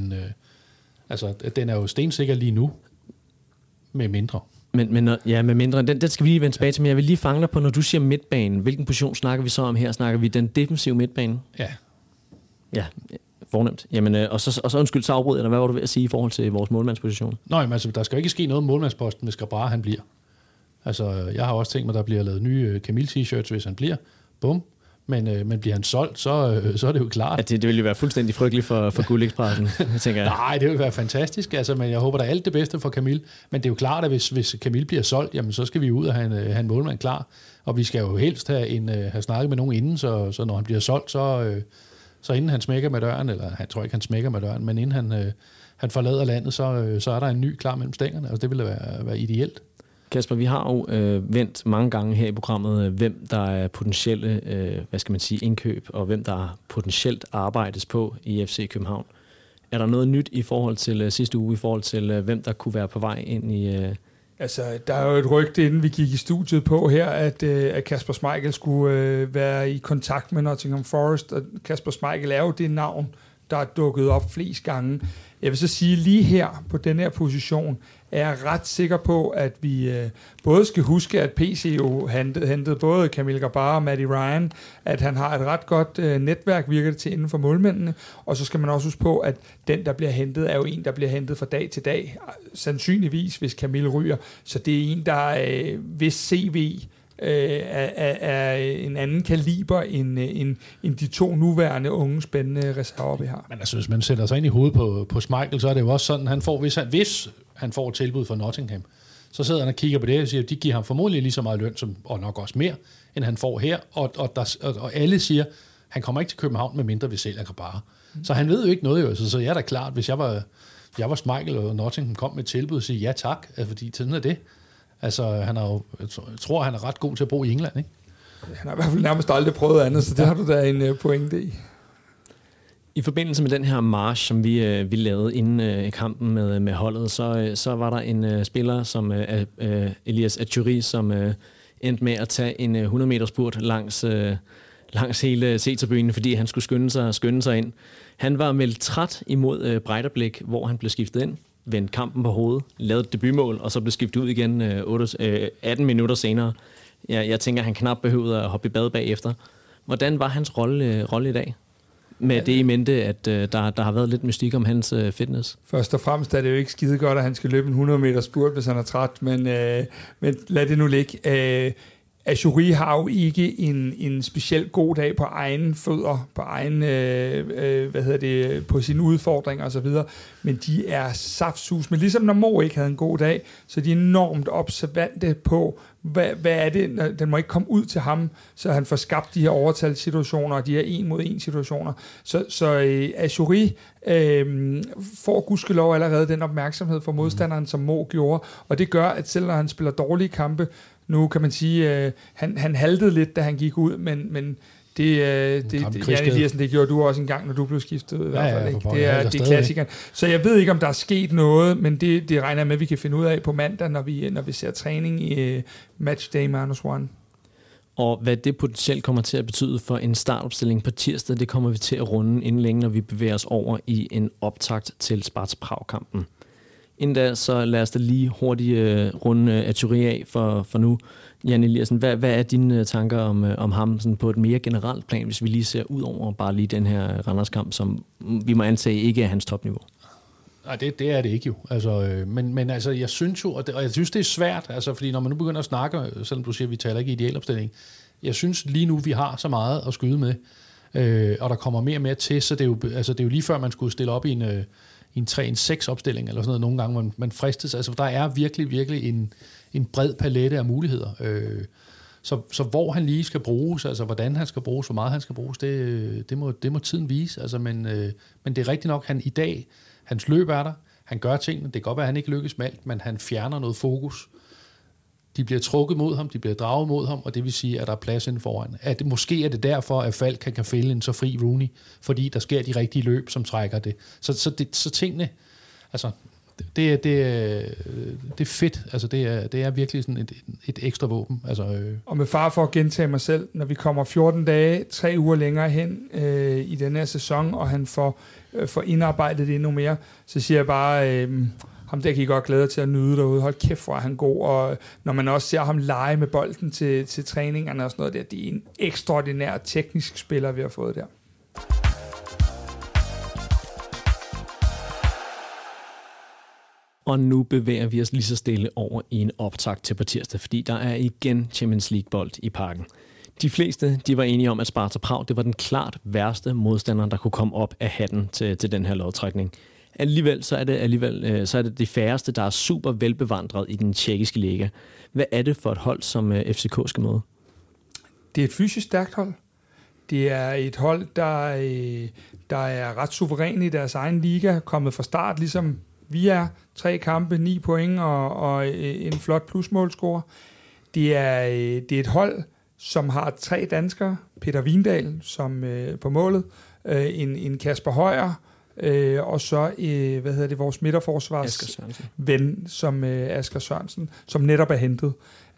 den er jo stensikker lige nu, med mindre. Med mindre. Den skal vi lige vende tilbage til, men jeg vil lige fange dig på, når du siger midtbanen. Hvilken position snakker vi så om her? Snakker vi den defensive midtbane? Ja. Ja, fornemt. Jamen, og så undskyld, så afbryder jeg dig. Hvad var du ved at sige i forhold til vores målmandsposition? Nej, men altså, der skal ikke ske noget med målmandsposten, hvis Grabara han bliver. Altså, jeg har også tænkt mig, at der bliver lavet nye Camille-t-shirts, hvis han bliver. Bum. Men bliver han solgt, så er det jo klart. At det vil jo være fuldstændig frygteligt for Gullekspressen, tænker jeg. Nej, det vil være fantastisk, altså, men jeg håber, der er alt det bedste for Camille. Men det er jo klart, at hvis Camille bliver solgt, jamen, så skal vi ud og have en målmand klar. Og vi skal jo helst have snakket med nogen inden, så når han bliver solgt, så inden han smækker med døren, eller jeg tror ikke, han smækker med døren, men inden han forlader landet, så er der en ny klar mellem stængerne. Altså, det ville være ideelt. Kasper, vi har jo vendt mange gange her i programmet, hvem der er potentielle indkøb, og hvem der potentielt arbejdes på i FC København. Er der noget nyt i forhold til sidste uge, i forhold til hvem der kunne være på vej ind i... Altså, der er jo et rygte, inden vi gik i studiet på her, at Kasper Schmeichel skulle være i kontakt med Nottingham Forest, og Kasper Schmeichel er jo det navn, der er dukket op flest gange. Jeg vil så sige, lige her på den her position, er jeg ret sikker på, at vi både skal huske, at PC jo hentede både Camille Grabara og Matty Ryan, at han har et ret godt netværk, virker det til inden for målmændene, og så skal man også huske på, at den, der bliver hentet, er jo en, der bliver hentet fra dag til dag, sandsynligvis, hvis Camille ryger, så det er en, der hvis CV er en anden kaliber end de to nuværende unge spændende reserver, vi har. Men altså, hvis man sætter sig ind i hovedet på Schmeichel, så er det jo også sådan, han får, hvis han får et tilbud fra Nottingham, så sidder han og kigger på det og siger, at de giver ham formodentlig lige så meget løn, og nok også mere, end han får her, og alle siger, han kommer ikke til København, med mindre vi sælger Grabara. Så han ved jo ikke noget, jo, så jeg er da klart, hvis jeg var Schmeichel, og Nottingham kom med et tilbud og siger ja tak, fordi sådan er det. Altså, jeg tror, han er ret god til at bo i England, ikke? Han har i hvert fald nærmest aldrig prøvet andet, så det har du da en pointe i. I forbindelse med den her march, som vi lavede inden kampen med holdet, så var der en spiller som Elias Achuri, som endte med at tage en 100-meter spurt langs hele C-tribunen, fordi han skulle skynde sig ind. Han var meldt træt imod Breidablik, hvor han blev skiftet ind, vendte kampen på hovedet, lavede et debutmål, og så blev skiftet ud igen 18 minutter senere. Jeg tænker, han knap behøvede at hoppe i bad bagefter. Hvordan var hans rolle i dag? Med det i mente, at der har været lidt mystik om hans fitness. Først og fremmest er det jo ikke skide godt, at han skal løbe en 100 meter spurt, hvis han er træt, men lad det nu ligge. Achuri har jo ikke en specielt god dag på egen fødder, på egen, på sine udfordringer osv., men de er saftsus. Men ligesom når Mo ikke havde en god dag, så er de enormt observante på, hvad er det, den må ikke komme ud til ham, så han får skabt de her overtalssituationer, og de her 1-mod-1 situationer. Så Achuri får gudskelov allerede den opmærksomhed fra modstanderen, som Mo gjorde, og det gør, at selv når han spiller dårlige kampe, nu kan man sige, han haltede lidt, da han gik ud, men det gjorde du også en gang, når du blev skiftet ud, i hvert fald. Ikke? Det er klassikeren. Så jeg ved ikke, om der er sket noget, men det regner jeg med, at vi kan finde ud af på mandag, når vi ser træning i Matchday -1. Og hvad det potentielt kommer til at betyde for en startopstilling på tirsdag, det kommer vi til at runde inden længe, når vi bevæger os over i en optakt til Sparta Prag-kampen. Inden da, så lad os da lige hurtigt runde Achuri af for nu. Jan Eliassen, hvad er dine tanker om ham sådan på et mere generelt plan, hvis vi lige ser ud over bare lige den her Randers-kamp, som vi må antage ikke er hans topniveau? Nej, det er det ikke jo. Altså, men altså, jeg synes jo, og jeg synes, det er svært, altså, fordi når man nu begynder at snakke, selvom du siger, at vi taler ikke idealopstilling, jeg synes lige nu, vi har så meget at skyde med, og der kommer mere og mere til, så det er jo lige før, man skulle stille op i en 3-6 opstilling, eller sådan noget nogle gange, hvor man fristes. Altså, der er virkelig en bred palette af muligheder. Så hvor han lige skal bruges, altså hvordan han skal bruges, hvor meget han skal bruges, det må tiden vise. Altså, men det er rigtigt nok, han i dag, hans løb er der, han gør tingene, det kan godt være, at han ikke lykkes med alt, men han fjerner noget fokus. De bliver trukket mod ham, de bliver draget mod ham, og det vil sige, at der er plads inden foran. Måske er det derfor, at Falk kan fælde en så fri Rooney, fordi der sker de rigtige løb, som trækker det. Så tingene, altså, det er fedt. Altså, det er virkelig sådan et ekstra våben. Altså, Og med far for at gentage mig selv, når vi kommer 14 dage, 3 uger længere hen i den her sæson, og han får indarbejdet det endnu mere, så siger jeg bare... ham der kan I godt glæde til at nyde derude. Hold kæft, hvor er han god. Og når man også ser ham lege med bolden til træningerne og sådan noget der, det er en ekstraordinær teknisk spiller, vi har fået der. Og nu bevæger vi os lige så stille over i en optakt til på tirsdag, fordi der er igen Champions League-bold i parken. De fleste de var enige om, at Sparta Prag det var den klart værste modstander, der kunne komme op af hatten til den her lodtrækning. Alligevel så er det de færreste, der er super velbevandret i den tjekkiske liga. Hvad er det for et hold, som FCK skal møde? Det er et fysisk stærkt hold. Det er et hold, der er ret suveræn i deres egen liga, kommet fra start, ligesom vi er. 3 kampe, 9 point og en flot plusmålscore. Det er et hold, som har 3 danskere. Peter Vindal som på målet, en Kasper Højer, og så vores midterforsvars ven som Asger Sørensen, som netop er hentet.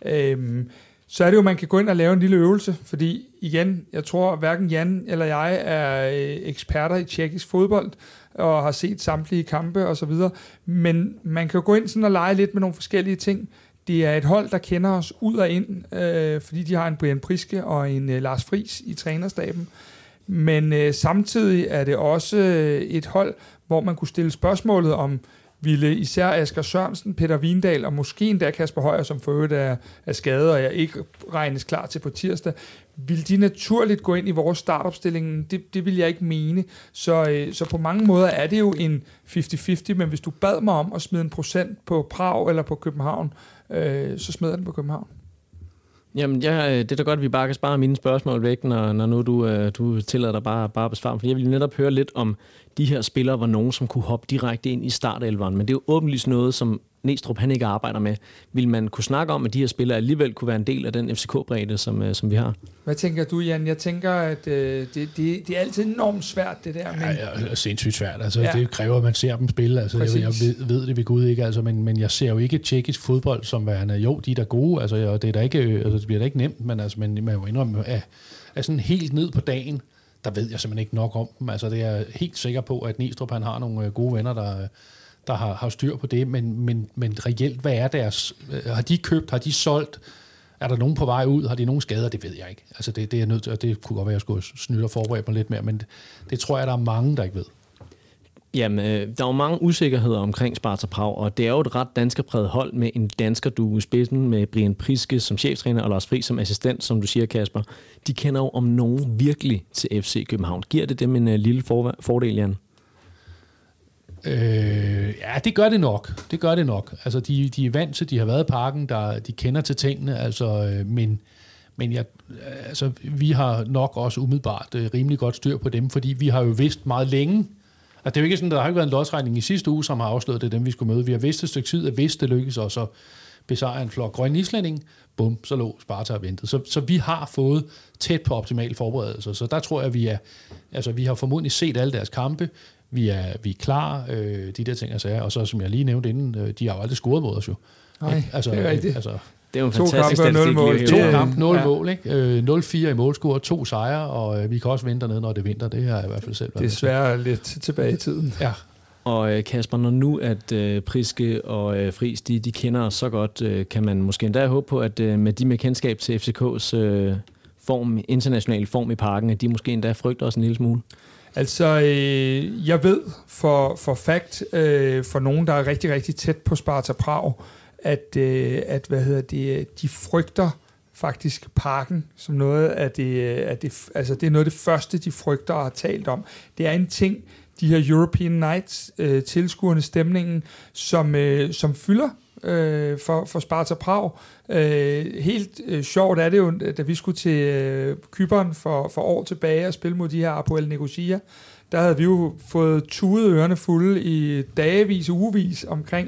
Så er det jo, man kan gå ind og lave en lille øvelse, fordi igen, jeg tror hverken Jan eller jeg er eksperter i tjekkisk fodbold og har set samtlige kampe og så videre, men man kan jo gå ind sådan og lege lidt med nogle forskellige ting. Det er et hold, der kender os ud og ind, fordi de har en Brian Priske og en Lars Friis i trænerstaben. Men samtidig er det også et hold, hvor man kunne stille spørgsmålet om, ville især Asger Sørensen, Peter Vindal og måske endda Kasper Højer, som for øvrigt er skadet, og jeg ikke regnes klar til på tirsdag, vil de naturligt gå ind i vores startopstilling? Det vil jeg ikke mene. Så på mange måder er det jo en 50-50, men hvis du bad mig om at smide 1% på Prag eller på København, så smider jeg den på København. Jamen, det er da godt, at vi bare kan spare mine spørgsmål væk, når nu du tillader dig bare at besvare. For jeg vil netop høre lidt om de her spillere, var nogen, som kunne hoppe direkte ind i startelveren. Men det er jo åbenlyst noget, som Næstrup han ikke arbejder med. Vil man kunne snakke om, at de her spillere alligevel kunne være en del af den FCK-bredde, som vi har? Hvad tænker du, Jan? Jeg tænker, at det er altid enormt svært, det der. Men... Ja, sindssygt svært. Altså, ja. Det kræver, at man ser dem spille. Altså, jeg ved det ved Gud ikke, altså, men jeg ser jo ikke tjekkisk fodbold som værende. Jo, de er da gode, altså, og det er da ikke, altså, det bliver da ikke nemt, men man må indrømme, at sådan helt ned på dagen, der ved jeg simpelthen ikke nok om dem. Altså, det er helt sikker på, at Næstrup han har nogle gode venner, der har styr på det, men reelt, hvad er deres... Har de købt, har de solgt? Er der nogen på vej ud? Har de nogen skader? Det ved jeg ikke. Altså, det er nødt til, og det kunne godt være, at jeg skulle snyde og forberede mig lidt mere, men det tror jeg, der er mange, der ikke ved. Jamen, der er jo mange usikkerheder omkring Sparta Prag, og det er jo et ret danskerpræget hold med en dansker duo i spidsen, med Brian Priske som cheftræner og Lars Friis som assistent, som du siger, Kasper. De kender jo om nogen virkelig til FC København. Giver det dem en lille fordel, Jan? Ja, det gør det nok. Det gør det nok. Altså, de er vant til, de har været i parken, de kender til tingene, altså, men vi har nok også umiddelbart rimelig godt styr på dem, fordi vi har jo vidst meget længe, altså, det er jo ikke sådan, der har ikke været en lodsregning i sidste uge, som har afsløret det, dem vi skulle møde. Vi har vidst et stykke tid, at hvis det lykkes os at besejre en flok grønne islænding, bum, så lå Sparta og ventede. Så vi har fået tæt på optimal forberedelse, så der tror jeg, vi har formodentlig set alle deres kampe. Vi er klar, de der ting og sager, og så som jeg lige nævnte inden, de har jo aldrig scoret mod os jo. Nej, altså, det er rigtigt. Det er jo en fantastisk statistik. 2 kampe, 0 mål, ikke? 0-4 i målscore, 2 sejre, og vi kan også vinde dernede, når det vinter. Det har jeg i hvert fald selv været. Desværre lidt tilbage i tiden. Ja. Og Kasper, når nu at Priske og Friis, de kender os så godt, kan man måske endda håbe på, at med kendskab til FCK's internationale form i parken, at de måske endda frygter os en lille smule? Altså, jeg ved for fact, for nogen, der er rigtig, rigtig tæt på Sparta Prag, at de frygter faktisk parken som noget af det er noget af det første, de frygter og har talt om. Det er en ting, de her European Nights, tilskuerne stemningen, som fylder for Sparta Prag. Helt sjovt er det jo, da vi skulle til Cypern for år tilbage og spille mod de her Apoel Nicosia, der havde vi jo fået tudet ørerne fulde i dagevis og ugevis omkring,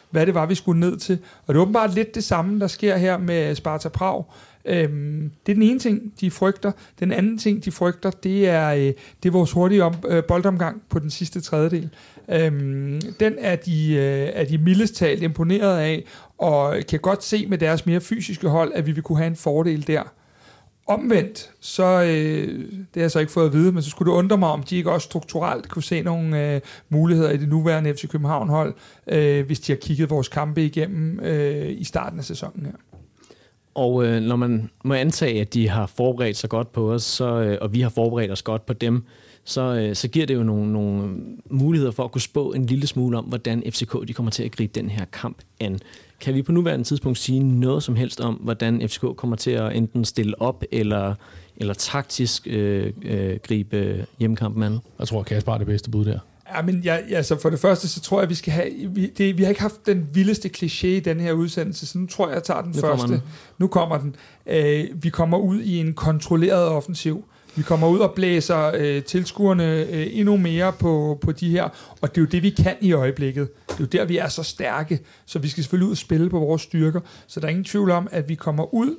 hvad det var, vi skulle ned til. Og det er åbenbart lidt det samme, der sker her med Sparta Prag. Det er den ene ting, de frygter. Den anden ting, de frygter, det er vores hurtige boldomgang på den sidste tredjedel. Den er de mildest talt imponeret af, og kan godt se med deres mere fysiske hold, at vi vil kunne have en fordel der. Omvendt, så det har jeg så ikke fået at vide, men så skulle det undre mig, om de ikke også strukturelt kunne se nogle muligheder i det nuværende FC København-hold, hvis de har kigget vores kampe igennem i starten af sæsonen her. Og når man må antage, at de har forberedt sig godt på os, og vi har forberedt os godt på dem, så giver det jo nogle muligheder for at kunne spå en lille smule om, hvordan FCK de kommer til at gribe den her kamp an. Kan vi på nuværende tidspunkt sige noget som helst om, hvordan FCK kommer til at enten stille op eller taktisk gribe hjemmekampen an? Jeg tror, Kasper er det bedste bud der. Ja, men altså for det første, så tror jeg, vi skal have... Vi har ikke haft den vildeste kliché i den her udsendelse, så nu tror jeg tager den første. Nu kommer den. Vi kommer ud i en kontrolleret offensiv. Vi kommer ud og blæser tilskuerne endnu mere på de her, og det er jo det, vi kan i øjeblikket. Det er jo der, vi er så stærke, så vi skal selvfølgelig ud og spille på vores styrker. Så der er ingen tvivl om, at vi kommer ud,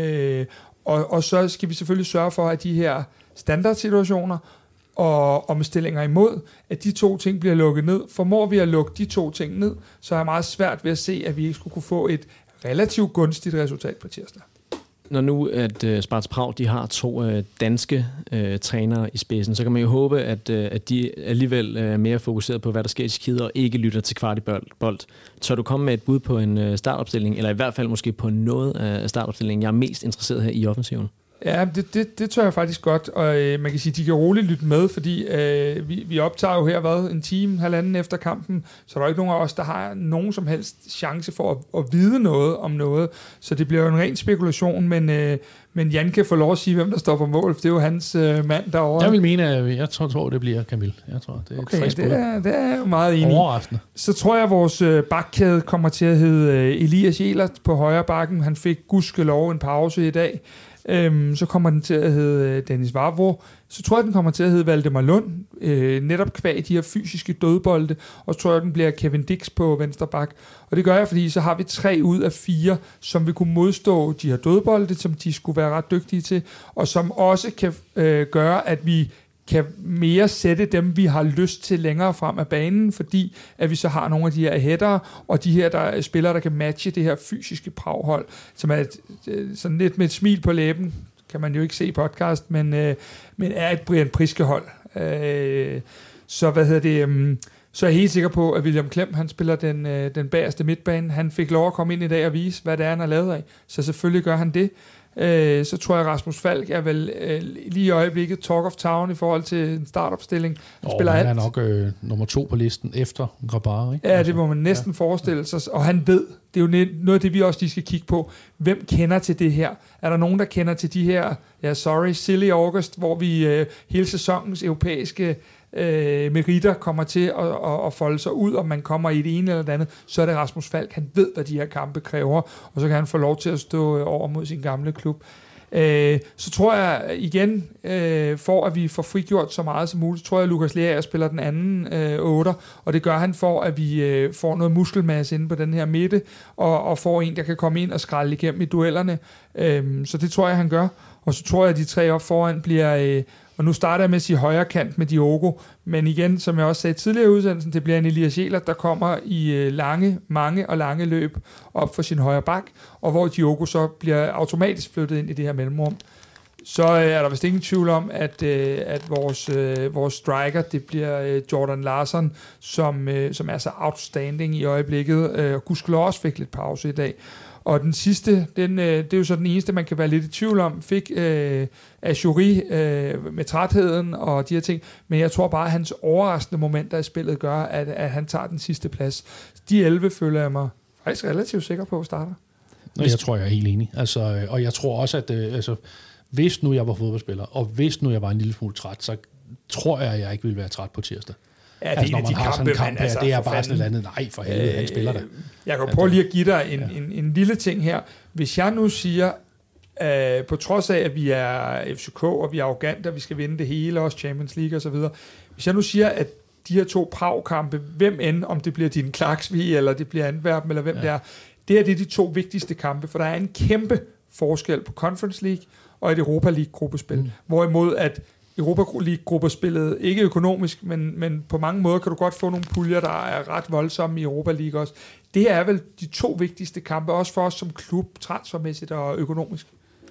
og så skal vi selvfølgelig sørge for, at de her standardsituationer og omstillinger imod, at de to ting bliver lukket ned. Formår vi at lukke de to ting ned, så er jeg meget svært ved at se, at vi ikke skulle kunne få et relativt gunstigt resultat på tirsdag. Når nu at Sparta Prag de har 2 danske trænere i spidsen, så kan man jo håbe, at de alligevel er mere fokuseret på, hvad der sker i Tjekkiet, og ikke lytter til Kvartibold. Tør du komme med et bud på en startopstilling, eller i hvert fald måske på noget af startopstillingen, jeg er mest interesseret her i offensiven? Ja, det tør jeg faktisk godt, og man kan sige, at de kan roligt lytte med, fordi vi optager jo her, en time, halvanden efter kampen, så der er ikke nogen af os, der har nogen som helst chance for at vide noget om noget, så det bliver jo en ren spekulation, men Jan kan få lov at sige, hvem der står på mål, for det er jo hans mand derovre. Jeg vil mene, at jeg tror, det bliver Kamil. Jeg tror, det er okay, det er jo meget enig. Overraskende. Så tror jeg, at vores bakkæde kommer til at hedde Elias Jelert på højre bakken. Han fik gudskelov en pause i dag. Så kommer den til at hedde Dennis Vavro. Så tror jeg, den kommer til at hedde Valdemar Lund, netop kvæg de her fysiske dødbolde, og så tror jeg, den bliver Kevin Dix på venstre bak. Og det gør jeg, fordi så har vi 3 ud af 4, som vil kunne modstå de her dødbolde, som de skulle være ret dygtige til, og som også kan gøre, at vi kan mere sætte dem, vi har lyst til længere frem af banen, fordi at vi så har nogle af de her hættere, og de her der spillere, der kan matche det her fysiske Prag-hold, som er sådan lidt med et smil på læben, kan man jo ikke se i podcast, men er et Brian Priske-hold. Så så er jeg helt sikker på, at William Klem, han spiller den bagerste midtbane. Han fik lov at komme ind i dag og vise, hvad det er, han har lavet af. Så selvfølgelig gør han det. Så tror jeg, Rasmus Falk er vel lige i øjeblikket talk of town i forhold til en startopstilling. Han er nok nummer 2 på listen efter Grabar, ikke? Ja, det må man næsten forestille sig. Og han ved, det er jo noget af det, vi også lige skal kigge på. Hvem kender til det her? Er der nogen, der kender til de her, Silly August, hvor vi hele sæsonens europæiske meritter kommer til at folde sig ud, om man kommer i det ene eller det andet, så er det Rasmus Falk. Han ved, hvad de her kampe kræver, og så kan han få lov til at stå over mod sin gamle klub. Så tror jeg igen, for at vi får frigjort så meget som muligt, tror jeg, at Lukas Leaer spiller den anden 8'er, og det gør han for, at vi får noget muskelmasse inde på den her midte, og får en, der kan komme ind og skrælle igennem i duellerne. Så det tror jeg, han gør. Og så tror jeg, at de 3 op foran bliver... Og nu starter jeg med at sige højre kant med Diogo, men igen, som jeg også sagde tidligere i udsendelsen, det bliver en Elias Jelert, der kommer i mange løb op for sin højre bak, og hvor Diogo så bliver automatisk flyttet ind i det her mellemrum. Så er der vist ingen tvivl om, at vores striker, det bliver Jordan Larsson, som er så outstanding i øjeblikket, og gudskelov også fik lidt pause i dag. Og den sidste, det er jo så den eneste, man kan være lidt i tvivl om, fik Ajouri med trætheden og de her ting. Men jeg tror bare, at hans overraskende momenter i spillet gør, at han tager den sidste plads. De 11 føler jeg mig faktisk relativt sikker på at starte. Jeg tror, jeg er helt enig. Altså, og jeg tror også, at hvis nu jeg var fodboldspiller, og hvis nu jeg var en lille smule træt, så tror jeg ikke ville være træt på tirsdag. Ja, det er når man har sådan en kamp her, det er bare sådan et andet. Nej, for helvede, han spiller der. Jeg kan prøve lige at give dig en lille ting her. Hvis jeg nu siger, på trods af, at vi er FCK, og vi er arrogante, og vi skal vinde det hele, også Champions League og så videre. Hvis jeg nu siger, at de her 2 Prag-kampe, hvem end, om det bliver din Klaksvig, eller det bliver Antwerpen, eller hvem det er, det er de 2 vigtigste kampe, for der er en kæmpe forskel på Conference League og et Europa League-gruppespil. Hvorimod at Europa League-gruppespillet, ikke økonomisk, men på mange måder kan du godt få nogle puljer, der er ret voldsomme i Europa League også. Det er vel de 2 vigtigste kampe, også for os som klub, transfermæssigt og økonomisk.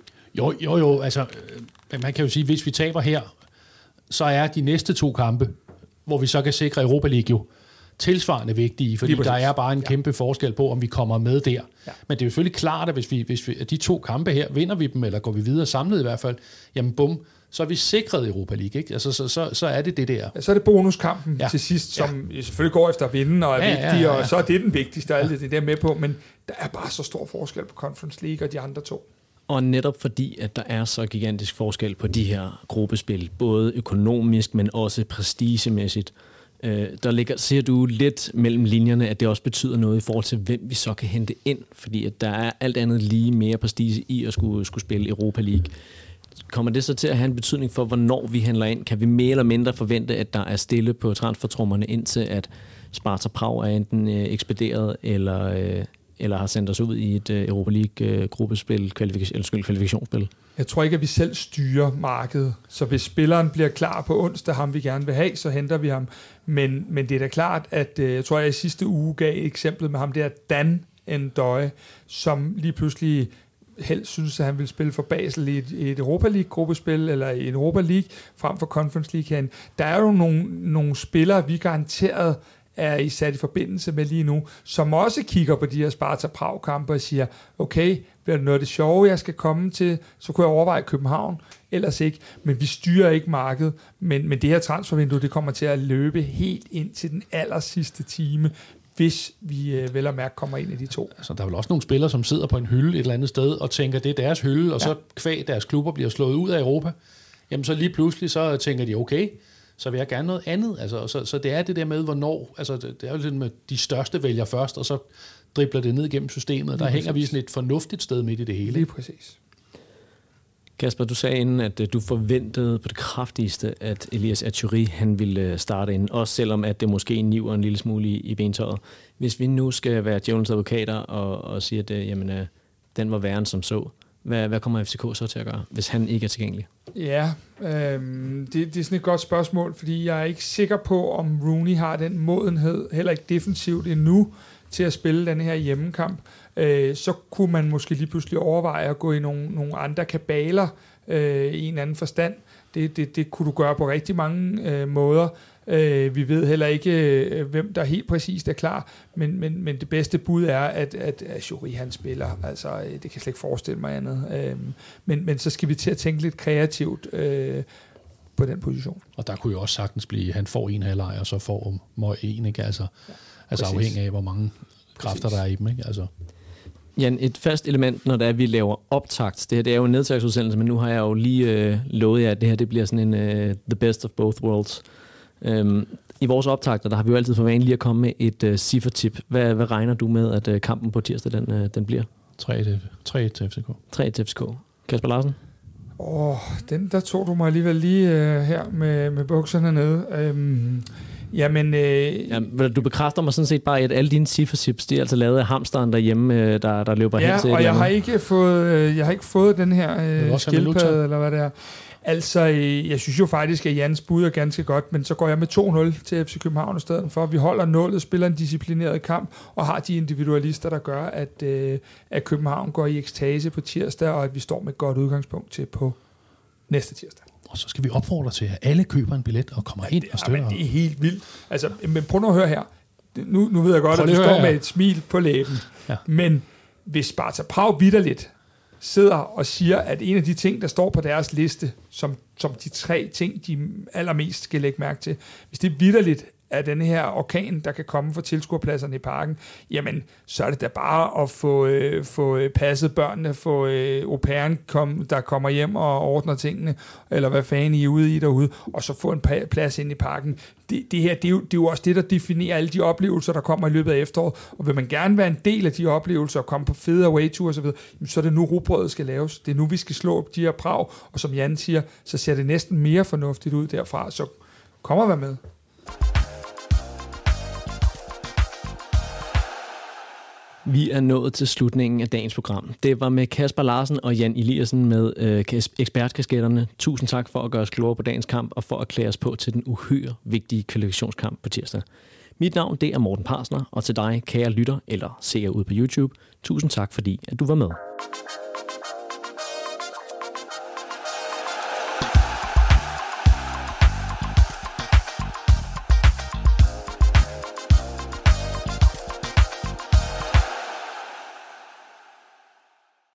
Jo, altså man kan jo sige, hvis vi taber her, så er de næste 2 kampe, hvor vi så kan sikre Europa League jo, tilsvarende vigtige, fordi der er bare en kæmpe forskel på, om vi kommer med der. Ja. Men det er jo selvfølgelig klart, at hvis vi de 2 kampe her, vinder vi dem, eller går vi videre samlet i hvert fald, jamen bum, så er vi sikret Europa League, ikke? Altså, så er det der. Ja, så er det bonuskampen til sidst, som selvfølgelig går efter at vinde, og er vigtig, og så er det den vigtigste, og alt det der med på, men der er bare så stor forskel på Conference League og de andre 2. Og netop fordi, at der er så gigantisk forskel på de her gruppespil, både økonomisk, men også prestigemæssigt, ser du lidt mellem linjerne, at det også betyder noget i forhold til, hvem vi så kan hente ind, fordi at der er alt andet lige mere prestige i at skulle spille Europa League. Kommer det så til at have en betydning for, hvornår vi handler ind? Kan vi mere eller mindre forvente, at der er stille på transfertrummerne, indtil at Sparta Prag er enten ekspederet, eller har sendt os ud i et Europa League-gruppespil, kvalifikationsspil? Jeg tror ikke, at vi selv styrer markedet. Så hvis spilleren bliver klar på onsdag, ham vi gerne vil have, så henter vi ham. Men det er da klart, at jeg tror, jeg i sidste uge gav et eksempel med ham der, Dan Ndøje, som lige pludselig helst synes, at han vil spille for Basel i et Europa League-gruppespil, eller i en Europa League, frem for Conference League herinde. Der er jo nogle spillere, vi garanteret er I sat i forbindelse med lige nu, som også kigger på de her Sparta Prag-kampe og siger, okay, bliver det noget af det sjove, jeg skal komme til, så kunne jeg overveje København, ellers ikke. Men vi styrer ikke markedet, men det her transfervindue, det kommer til at løbe helt ind til den aller sidste time, hvis vi vel og mærke kommer ind i de 2. Altså, der er vel også nogle spillere, som sidder på en hylde et eller andet sted og tænker, det er deres hylde, og så kvæg deres klubber bliver slået ud af Europa. Jamen så lige pludselig, så tænker de, okay, så vil jeg gerne noget andet. Altså, så det er det der med, hvornår, altså det er jo lidt med, de største vælger først, og så dribler det ned igennem systemet. Der hænger vi sådan et fornuftigt sted midt i det hele. Lige præcis. Kasper, du sagde inden, at du forventede på det kraftigste, at Elias Aturi, han ville starte ind, også selvom at det måske niver en lille smule i bentøjet. Hvis vi nu skal være djævelens advokater og sige, at den var værre end som så, hvad kommer FCK så til at gøre, hvis han ikke er tilgængelig? Ja, det er sådan et godt spørgsmål, fordi jeg er ikke sikker på, om Rooney har den modenhed, heller ikke defensivt endnu, til at spille den her hjemmekamp. Så kunne man måske lige pludselig overveje at gå i nogle andre kabaler i en anden forstand. Det kunne du gøre på rigtig mange måder. Vi ved heller ikke, hvem der helt præcist er klar, men det bedste bud er, at Juri han spiller. Altså, det kan jeg slet ikke forestille mig andet. Men så skal vi til at tænke lidt kreativt på den position. Og der kunne jo også sagtens blive, han får en halvleg, og så får Møj en, ikke? Altså afhængig af, hvor mange kræfter der er i dem, ikke? Altså. Jan, et fast element, når det er, vi laver optakt. Det her det er jo en nedtagsudsendelse, men nu har jeg jo lige lovet jer, at det her det bliver sådan en the best of both worlds. I vores optagter, der har vi jo altid for vane lige at komme med et ciffertip. Hvad regner du med, at kampen på tirsdag den bliver? 3 til FCK. 3 til FCK. Kasper Larsen? Der tog du mig alligevel lige her med bukserne nede. Du bekræfter mig sådan set bare, at alle dine ciffertips, de er altså lavet af hamsteren derhjemme, der løber hen til. Ja, og jeg har ikke fået den her skildpadde, eller hvad det er. Altså, jeg synes jo faktisk, at Jans bud er ganske godt, men så går jeg med 2-0 til FC København i stedet for. Vi holder nullet, spiller en disciplineret kamp, og har de individualister, der gør, at København går i ekstase på tirsdag, og at vi står med et godt udgangspunkt til på næste tirsdag. Og så skal vi opfordre til, at alle køber en billet og kommer ind og støtter. Det er helt vildt. Altså, men prøv nu at høre her. Nu ved jeg godt, at du står med et smil på læben. Ja. Men hvis Sparta Prag vitterligt sidder og siger, at en af de ting, der står på deres liste, som de 3 ting, de allermest skal lægge mærke til, hvis det vitterligt er den her orkan, der kan komme fra tilskuerpladserne i parken, jamen, så er det da bare at få passet børnene, få au pairen, der kommer hjem og ordner tingene, eller hvad fanden I er ude i derude, og så få en plads ind i parken. Det her, det er jo også det, der definerer alle de oplevelser, der kommer i løbet af efteråret, og vil man gerne være en del af de oplevelser, og komme på fede away-tour osv., så er det nu rugbrødet skal laves. Det er nu, vi skal slå de her Prag, og som Jan siger, så ser det næsten mere fornuftigt ud derfra, så kom og vær med. Vi er nået til slutningen af dagens program. Det var med Kasper Larsen og Jan Eliassen med ekspertkasketterne. Tusind tak for at gøre os klogere på dagens kamp og for at klæde os på til den uhyre vigtige kvalifikationskamp på tirsdag. Mit navn, det er Morten Parsner, og til dig, kære lytter eller seer ud på YouTube, tusind tak fordi, at du var med.